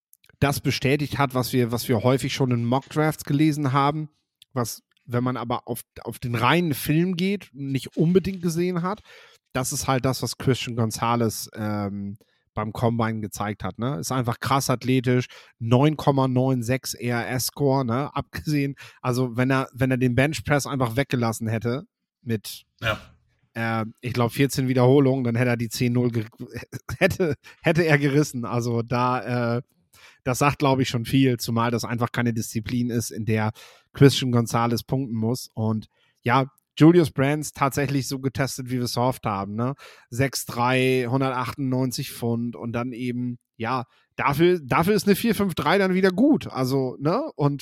Speaker 3: das bestätigt hat, was wir, was wir häufig schon in Mock-Drafts gelesen haben, was, wenn man aber auf, auf den reinen Film geht, nicht unbedingt gesehen hat, das ist halt das, was Christian Gonzalez ähm, beim Combine gezeigt hat. Ne? Ist einfach krass athletisch, neun Komma sechsundneunzig E R S-Score, ne? Abgesehen, also wenn er, wenn er den Benchpress einfach weggelassen hätte mit
Speaker 5: ja.
Speaker 3: äh, ich glaube vierzehn Wiederholungen, dann hätte er die zehn null hätte, hätte er gerissen. Also da äh, das sagt, glaube ich, schon viel, zumal das einfach keine Disziplin ist, in der Christian Gonzalez punkten muss. Und ja, Julius Brands tatsächlich so getestet, wie wir es gehofft haben, ne? sechs drei, hundertachtundneunzig Pfund und dann eben, ja, dafür, dafür ist eine vier fünf drei dann wieder gut. Also, ne? Und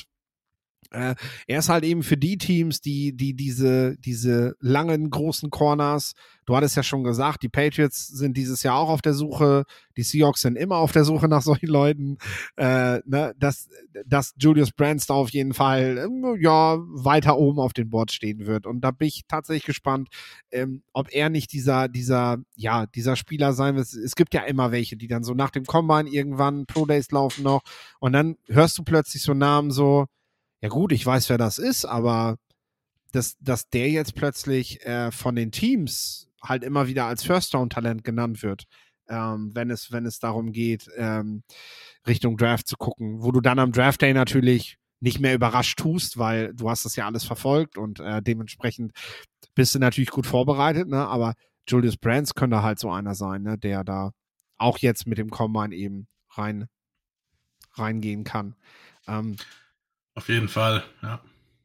Speaker 3: äh, er ist halt eben für die Teams, die, die diese, diese langen, großen Corners, du hattest ja schon gesagt, die Patriots sind dieses Jahr auch auf der Suche, die Seahawks sind immer auf der Suche nach solchen Leuten, äh, ne, dass, dass Julius Brands da auf jeden Fall, äh, ja, weiter oben auf dem Board stehen wird. Und da bin ich tatsächlich gespannt, ähm, ob er nicht dieser, dieser, ja, dieser Spieler sein wird. Es gibt ja immer welche, die dann so nach dem Combine irgendwann, Pro Days laufen noch, und dann hörst du plötzlich so Namen so, ja gut, ich weiß, wer das ist, aber dass, dass der jetzt plötzlich äh, von den Teams halt immer wieder als First-Down-Talent genannt wird, ähm, wenn es, wenn es darum geht, ähm, Richtung Draft zu gucken, wo du dann am Draft-Day natürlich nicht mehr überrascht tust, weil du hast das ja alles verfolgt und äh, dementsprechend bist du natürlich gut vorbereitet, ne? Aber Julius Brands könnte halt so einer sein, ne? Der da auch jetzt mit dem Combine eben rein reingehen kann. Ähm,
Speaker 5: Auf jeden Fall, ja.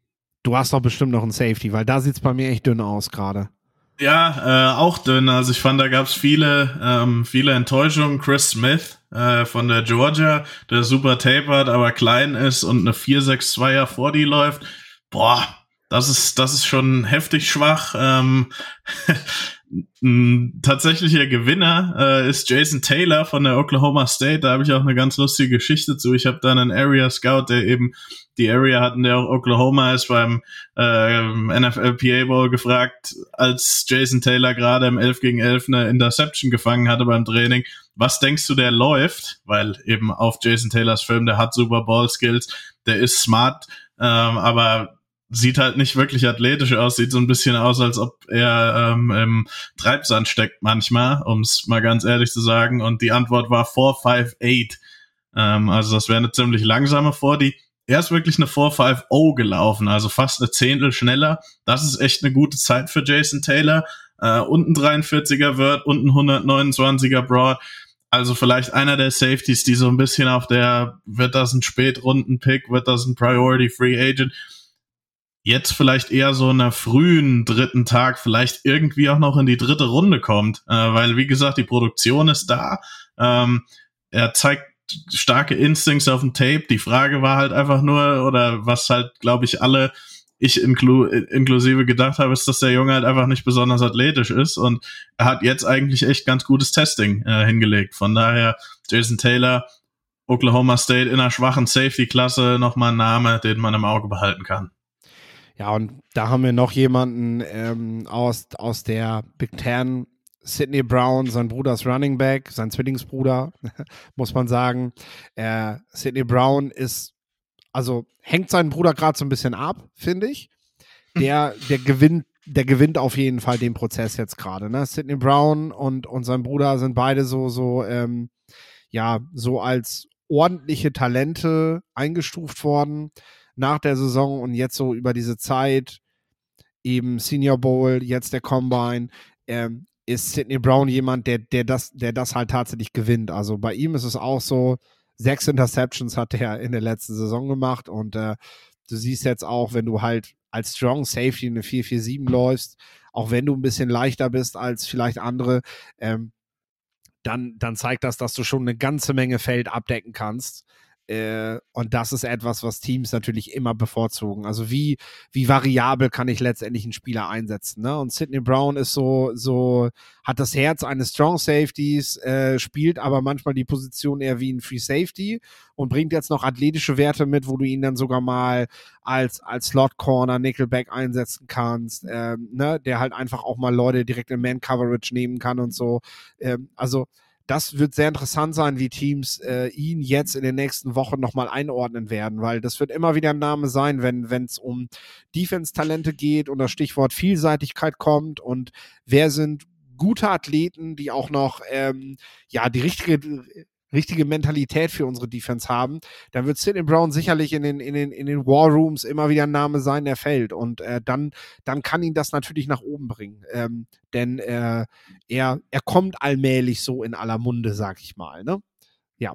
Speaker 3: Du hast doch bestimmt noch einen Safety, weil da sieht es bei mir echt dünn aus gerade.
Speaker 5: Ja, äh, auch dünn. Also ich fand, da gab es viele, ähm, viele Enttäuschungen. Chris Smith äh, von der Georgia, der super tapert, aber klein ist und eine vier sechs zweier vor die läuft. Boah, das ist, das ist schon heftig schwach. Ähm, ein tatsächlicher Gewinner äh, ist Jason Taylor von der Oklahoma State. Da habe ich auch eine ganz lustige Geschichte zu. Ich habe da einen Area Scout, der eben die Area hat, in der auch Oklahoma ist, beim äh, N F L P A Bowl gefragt, als Jason Taylor gerade im elf gegen elf eine Interception gefangen hatte beim Training. Was denkst du, der läuft? Weil eben auf Jason Taylors Film, der hat super Ball-Skills, der ist smart, ähm, aber sieht halt nicht wirklich athletisch aus, sieht so ein bisschen aus, als ob er ähm, im Treibsand steckt manchmal, um es mal ganz ehrlich zu sagen. Und die Antwort war vier fünf acht. Ähm, also das wäre eine ziemlich langsame vier. Die er ist wirklich eine vier fünf null gelaufen, also fast eine Zehntel schneller. Das ist echt eine gute Zeit für Jason Taylor. Äh, und ein dreiundvierziger Vert und ein hundertneunundzwanziger Broad. Also vielleicht einer der Safeties, die so ein bisschen auf der, wird das ein Spätrunden-Pick, wird das ein Priority Free Agent, jetzt vielleicht eher so einer frühen dritten Tag vielleicht irgendwie auch noch in die dritte Runde kommt, äh, weil wie gesagt, die Produktion ist da, ähm, er zeigt starke Instincts auf dem Tape, die Frage war halt einfach nur, oder was halt, glaube ich, alle, ich inklu- inklusive gedacht habe, ist, dass der Junge halt einfach nicht besonders athletisch ist und er hat jetzt eigentlich echt ganz gutes Testing äh, hingelegt, von daher Jason Taylor, Oklahoma State in einer schwachen Safety-Klasse, nochmal ein Name, den man im Auge behalten kann.
Speaker 3: Ja, und da haben wir noch jemanden ähm, aus, aus der Big Ten, Sidney Brown, sein Bruder ist Running Back, sein Zwillingsbruder, muss man sagen. Äh, Sidney Brown ist, also hängt seinen Bruder gerade so ein bisschen ab, finde ich. Der, der gewinnt, der gewinnt auf jeden Fall den Prozess jetzt gerade. Ne? Sidney Brown und, und sein Bruder sind beide so, so, ähm, ja, so als ordentliche Talente eingestuft worden nach der Saison und jetzt so über diese Zeit, eben Senior Bowl, jetzt der Combine, ähm, ist Sidney Brown jemand, der, der, das, der das halt tatsächlich gewinnt. Also bei ihm ist es auch so, sechs Interceptions hat er in der letzten Saison gemacht und äh, du siehst jetzt auch, wenn du halt als Strong Safety eine vier vier sieben läufst, auch wenn du ein bisschen leichter bist als vielleicht andere, ähm, dann, dann zeigt das, dass du schon eine ganze Menge Feld abdecken kannst. Äh, und das ist etwas, was Teams natürlich immer bevorzugen. Also wie, wie variabel kann ich letztendlich einen Spieler einsetzen, ne? Und Sidney Brown ist so, so, hat das Herz eines Strong Safeties, äh, spielt aber manchmal die Position eher wie ein Free Safety und bringt jetzt noch athletische Werte mit, wo du ihn dann sogar mal als, als Slot Corner, Nickelback einsetzen kannst, ähm, ne? Der halt einfach auch mal Leute direkt in Man Coverage nehmen kann und so. Ähm, also, das wird sehr interessant sein, wie Teams äh, ihn jetzt in den nächsten Wochen nochmal einordnen werden, weil das wird immer wieder ein Name sein, wenn es um Defense-Talente geht und das Stichwort Vielseitigkeit kommt und wer sind gute Athleten, die auch noch ähm, ja die richtige richtige Mentalität für unsere Defense haben, dann wird Sidney Brown sicherlich in den, in den, in den War Rooms immer wieder ein Name sein, der fällt. Und äh, dann, dann kann ihn das natürlich nach oben bringen. Ähm, denn äh, er, er kommt allmählich so in aller Munde, sag ich mal. Ne? Ja.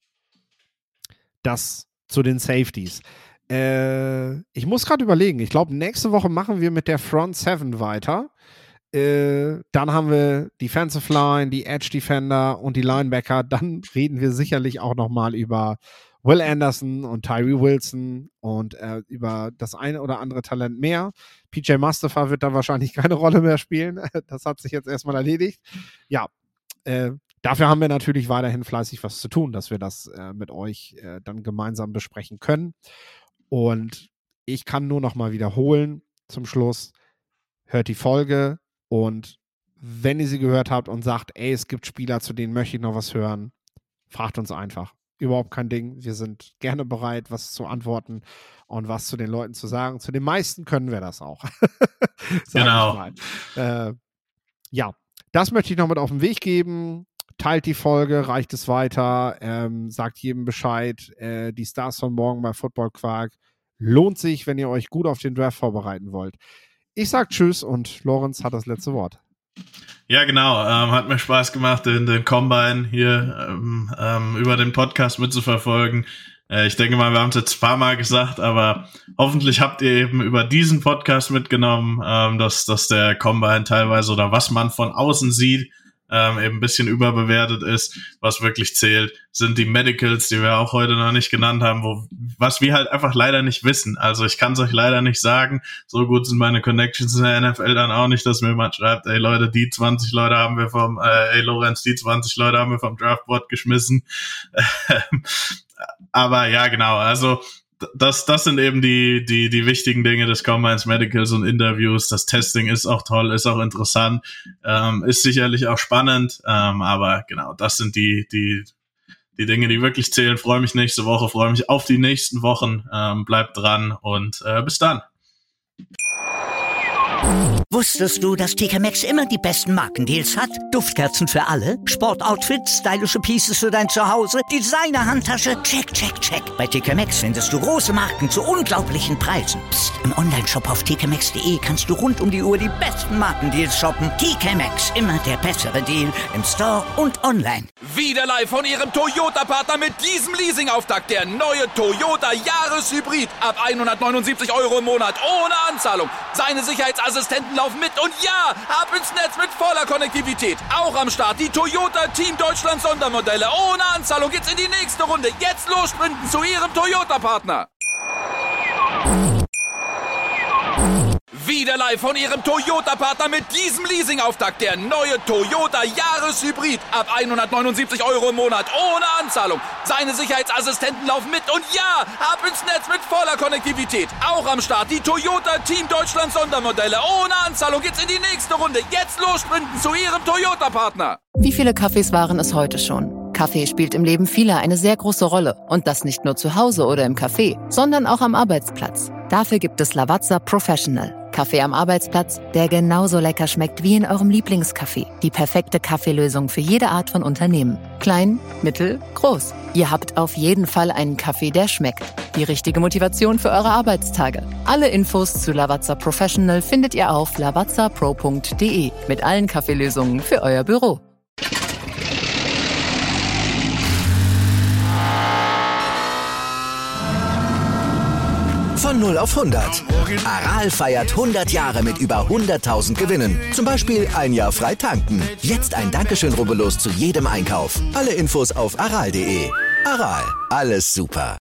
Speaker 3: Das zu den Safeties. Äh, ich muss gerade überlegen. Ich glaube, nächste Woche machen wir mit der Front Seven weiter. Äh, dann haben wir Defensive Line, die Edge Defender und die Linebacker. Dann reden wir sicherlich auch nochmal über Will Anderson und Tyree Wilson und äh, über das eine oder andere Talent mehr. P J Mustafa wird da wahrscheinlich keine Rolle mehr spielen. Das hat sich jetzt erstmal erledigt. Ja, äh, dafür haben wir natürlich weiterhin fleißig was zu tun, dass wir das äh, mit euch äh, dann gemeinsam besprechen können. Und ich kann nur nochmal wiederholen zum Schluss, hört die Folge. Und wenn ihr sie gehört habt und sagt, ey, es gibt Spieler, zu denen möchte ich noch was hören, fragt uns einfach. Überhaupt kein Ding. Wir sind gerne bereit, was zu antworten und was zu den Leuten zu sagen. Zu den meisten können wir das auch.
Speaker 5: Genau.
Speaker 3: Äh, ja, das möchte ich noch mit auf den Weg geben. Teilt die Folge, reicht es weiter, ähm, sagt jedem Bescheid. Äh, die Stars von morgen bei Football Quark lohnt sich, wenn ihr euch gut auf den Draft vorbereiten wollt. Ich sag Tschüss und Lorenz hat das letzte Wort.
Speaker 5: Ja, genau. Ähm, hat mir Spaß gemacht, den, den Combine hier ähm, ähm, über den Podcast mitzuverfolgen. Äh, ich denke mal, wir haben es jetzt ein paar Mal gesagt, aber hoffentlich habt ihr eben über diesen Podcast mitgenommen, ähm, dass, dass der Combine teilweise oder was man von außen sieht, ähm, eben ein bisschen überbewertet ist. Was wirklich zählt, sind die Medicals, die wir auch heute noch nicht genannt haben, wo was wir halt einfach leider nicht wissen. Also ich kann es euch leider nicht sagen. So gut sind meine Connections in der N F L dann auch nicht, dass mir jemand schreibt, ey Leute, die zwanzig Leute haben wir vom, äh, ey Lorenz, die zwanzig Leute haben wir vom Draftboard geschmissen. Aber ja, genau, also das, das sind eben die, die, die wichtigen Dinge des Combines, Medicals und Interviews. Das Testing ist auch toll, ist auch interessant, ähm, ist sicherlich auch spannend, ähm, aber genau, das sind die, die, die Dinge, die wirklich zählen. Freue mich nächste Woche, freue mich auf die nächsten Wochen, ähm, bleibt dran und äh, bis dann.
Speaker 1: Wusstest du, dass T K Maxx immer die besten Markendeals hat? Duftkerzen für alle, Sportoutfits, stylische Pieces für dein Zuhause, Designer-Handtasche, check, check, check. Bei T K Maxx findest du große Marken zu unglaublichen Preisen. Psst. Im Onlineshop auf t k maxx punkt de kannst du rund um die Uhr die besten Markendeals shoppen. T K Maxx, immer der bessere Deal im Store und online.
Speaker 4: Wieder live von Ihrem Toyota-Partner mit diesem Leasing-Auftakt. Der neue Toyota Jahreshybrid. Ab hundertneunundsiebzig Euro im Monat ohne Anzahlung. Seine Sicherheitsassistenten laufen mit und ja, ab ins Netz mit voller Konnektivität. Auch am Start die Toyota Team Deutschland Sondermodelle. Ohne Anzahlung geht's in die nächste Runde. Jetzt los sprinten zu Ihrem Toyota-Partner. Wieder live von Ihrem Toyota-Partner mit diesem Leasing-Auftakt. Der neue Toyota Jahreshybrid. Ab hundertneunundsiebzig Euro im Monat ohne Anzahlung. Seine Sicherheitsassistenten laufen mit und ja, ab ins Netz mit voller Konnektivität. Auch am Start die Toyota Team Deutschland Sondermodelle. Ohne Anzahlung geht's in die nächste Runde. Jetzt los sprinten zu Ihrem Toyota-Partner.
Speaker 6: Wie viele Kaffees waren es heute schon? Kaffee spielt im Leben vieler eine sehr große Rolle. Und das nicht nur zu Hause oder im Café, sondern auch am Arbeitsplatz. Dafür gibt es Lavazza Professional. Kaffee am Arbeitsplatz, der genauso lecker schmeckt wie in eurem Lieblingscafé. Die perfekte Kaffeelösung für jede Art von Unternehmen. Klein, mittel, groß. Ihr habt auf jeden Fall einen Kaffee, der schmeckt. Die richtige Motivation für eure Arbeitstage. Alle Infos zu Lavazza Professional findet ihr auf lavazza pro punkt de mit allen Kaffeelösungen für euer Büro.
Speaker 2: Von null auf hundert. Aral feiert hundert Jahre mit über hunderttausend Gewinnen. Zum Beispiel ein Jahr frei tanken. Jetzt ein Dankeschön, rubbellos zu jedem Einkauf. Alle Infos auf aral punkt de. Aral, alles super.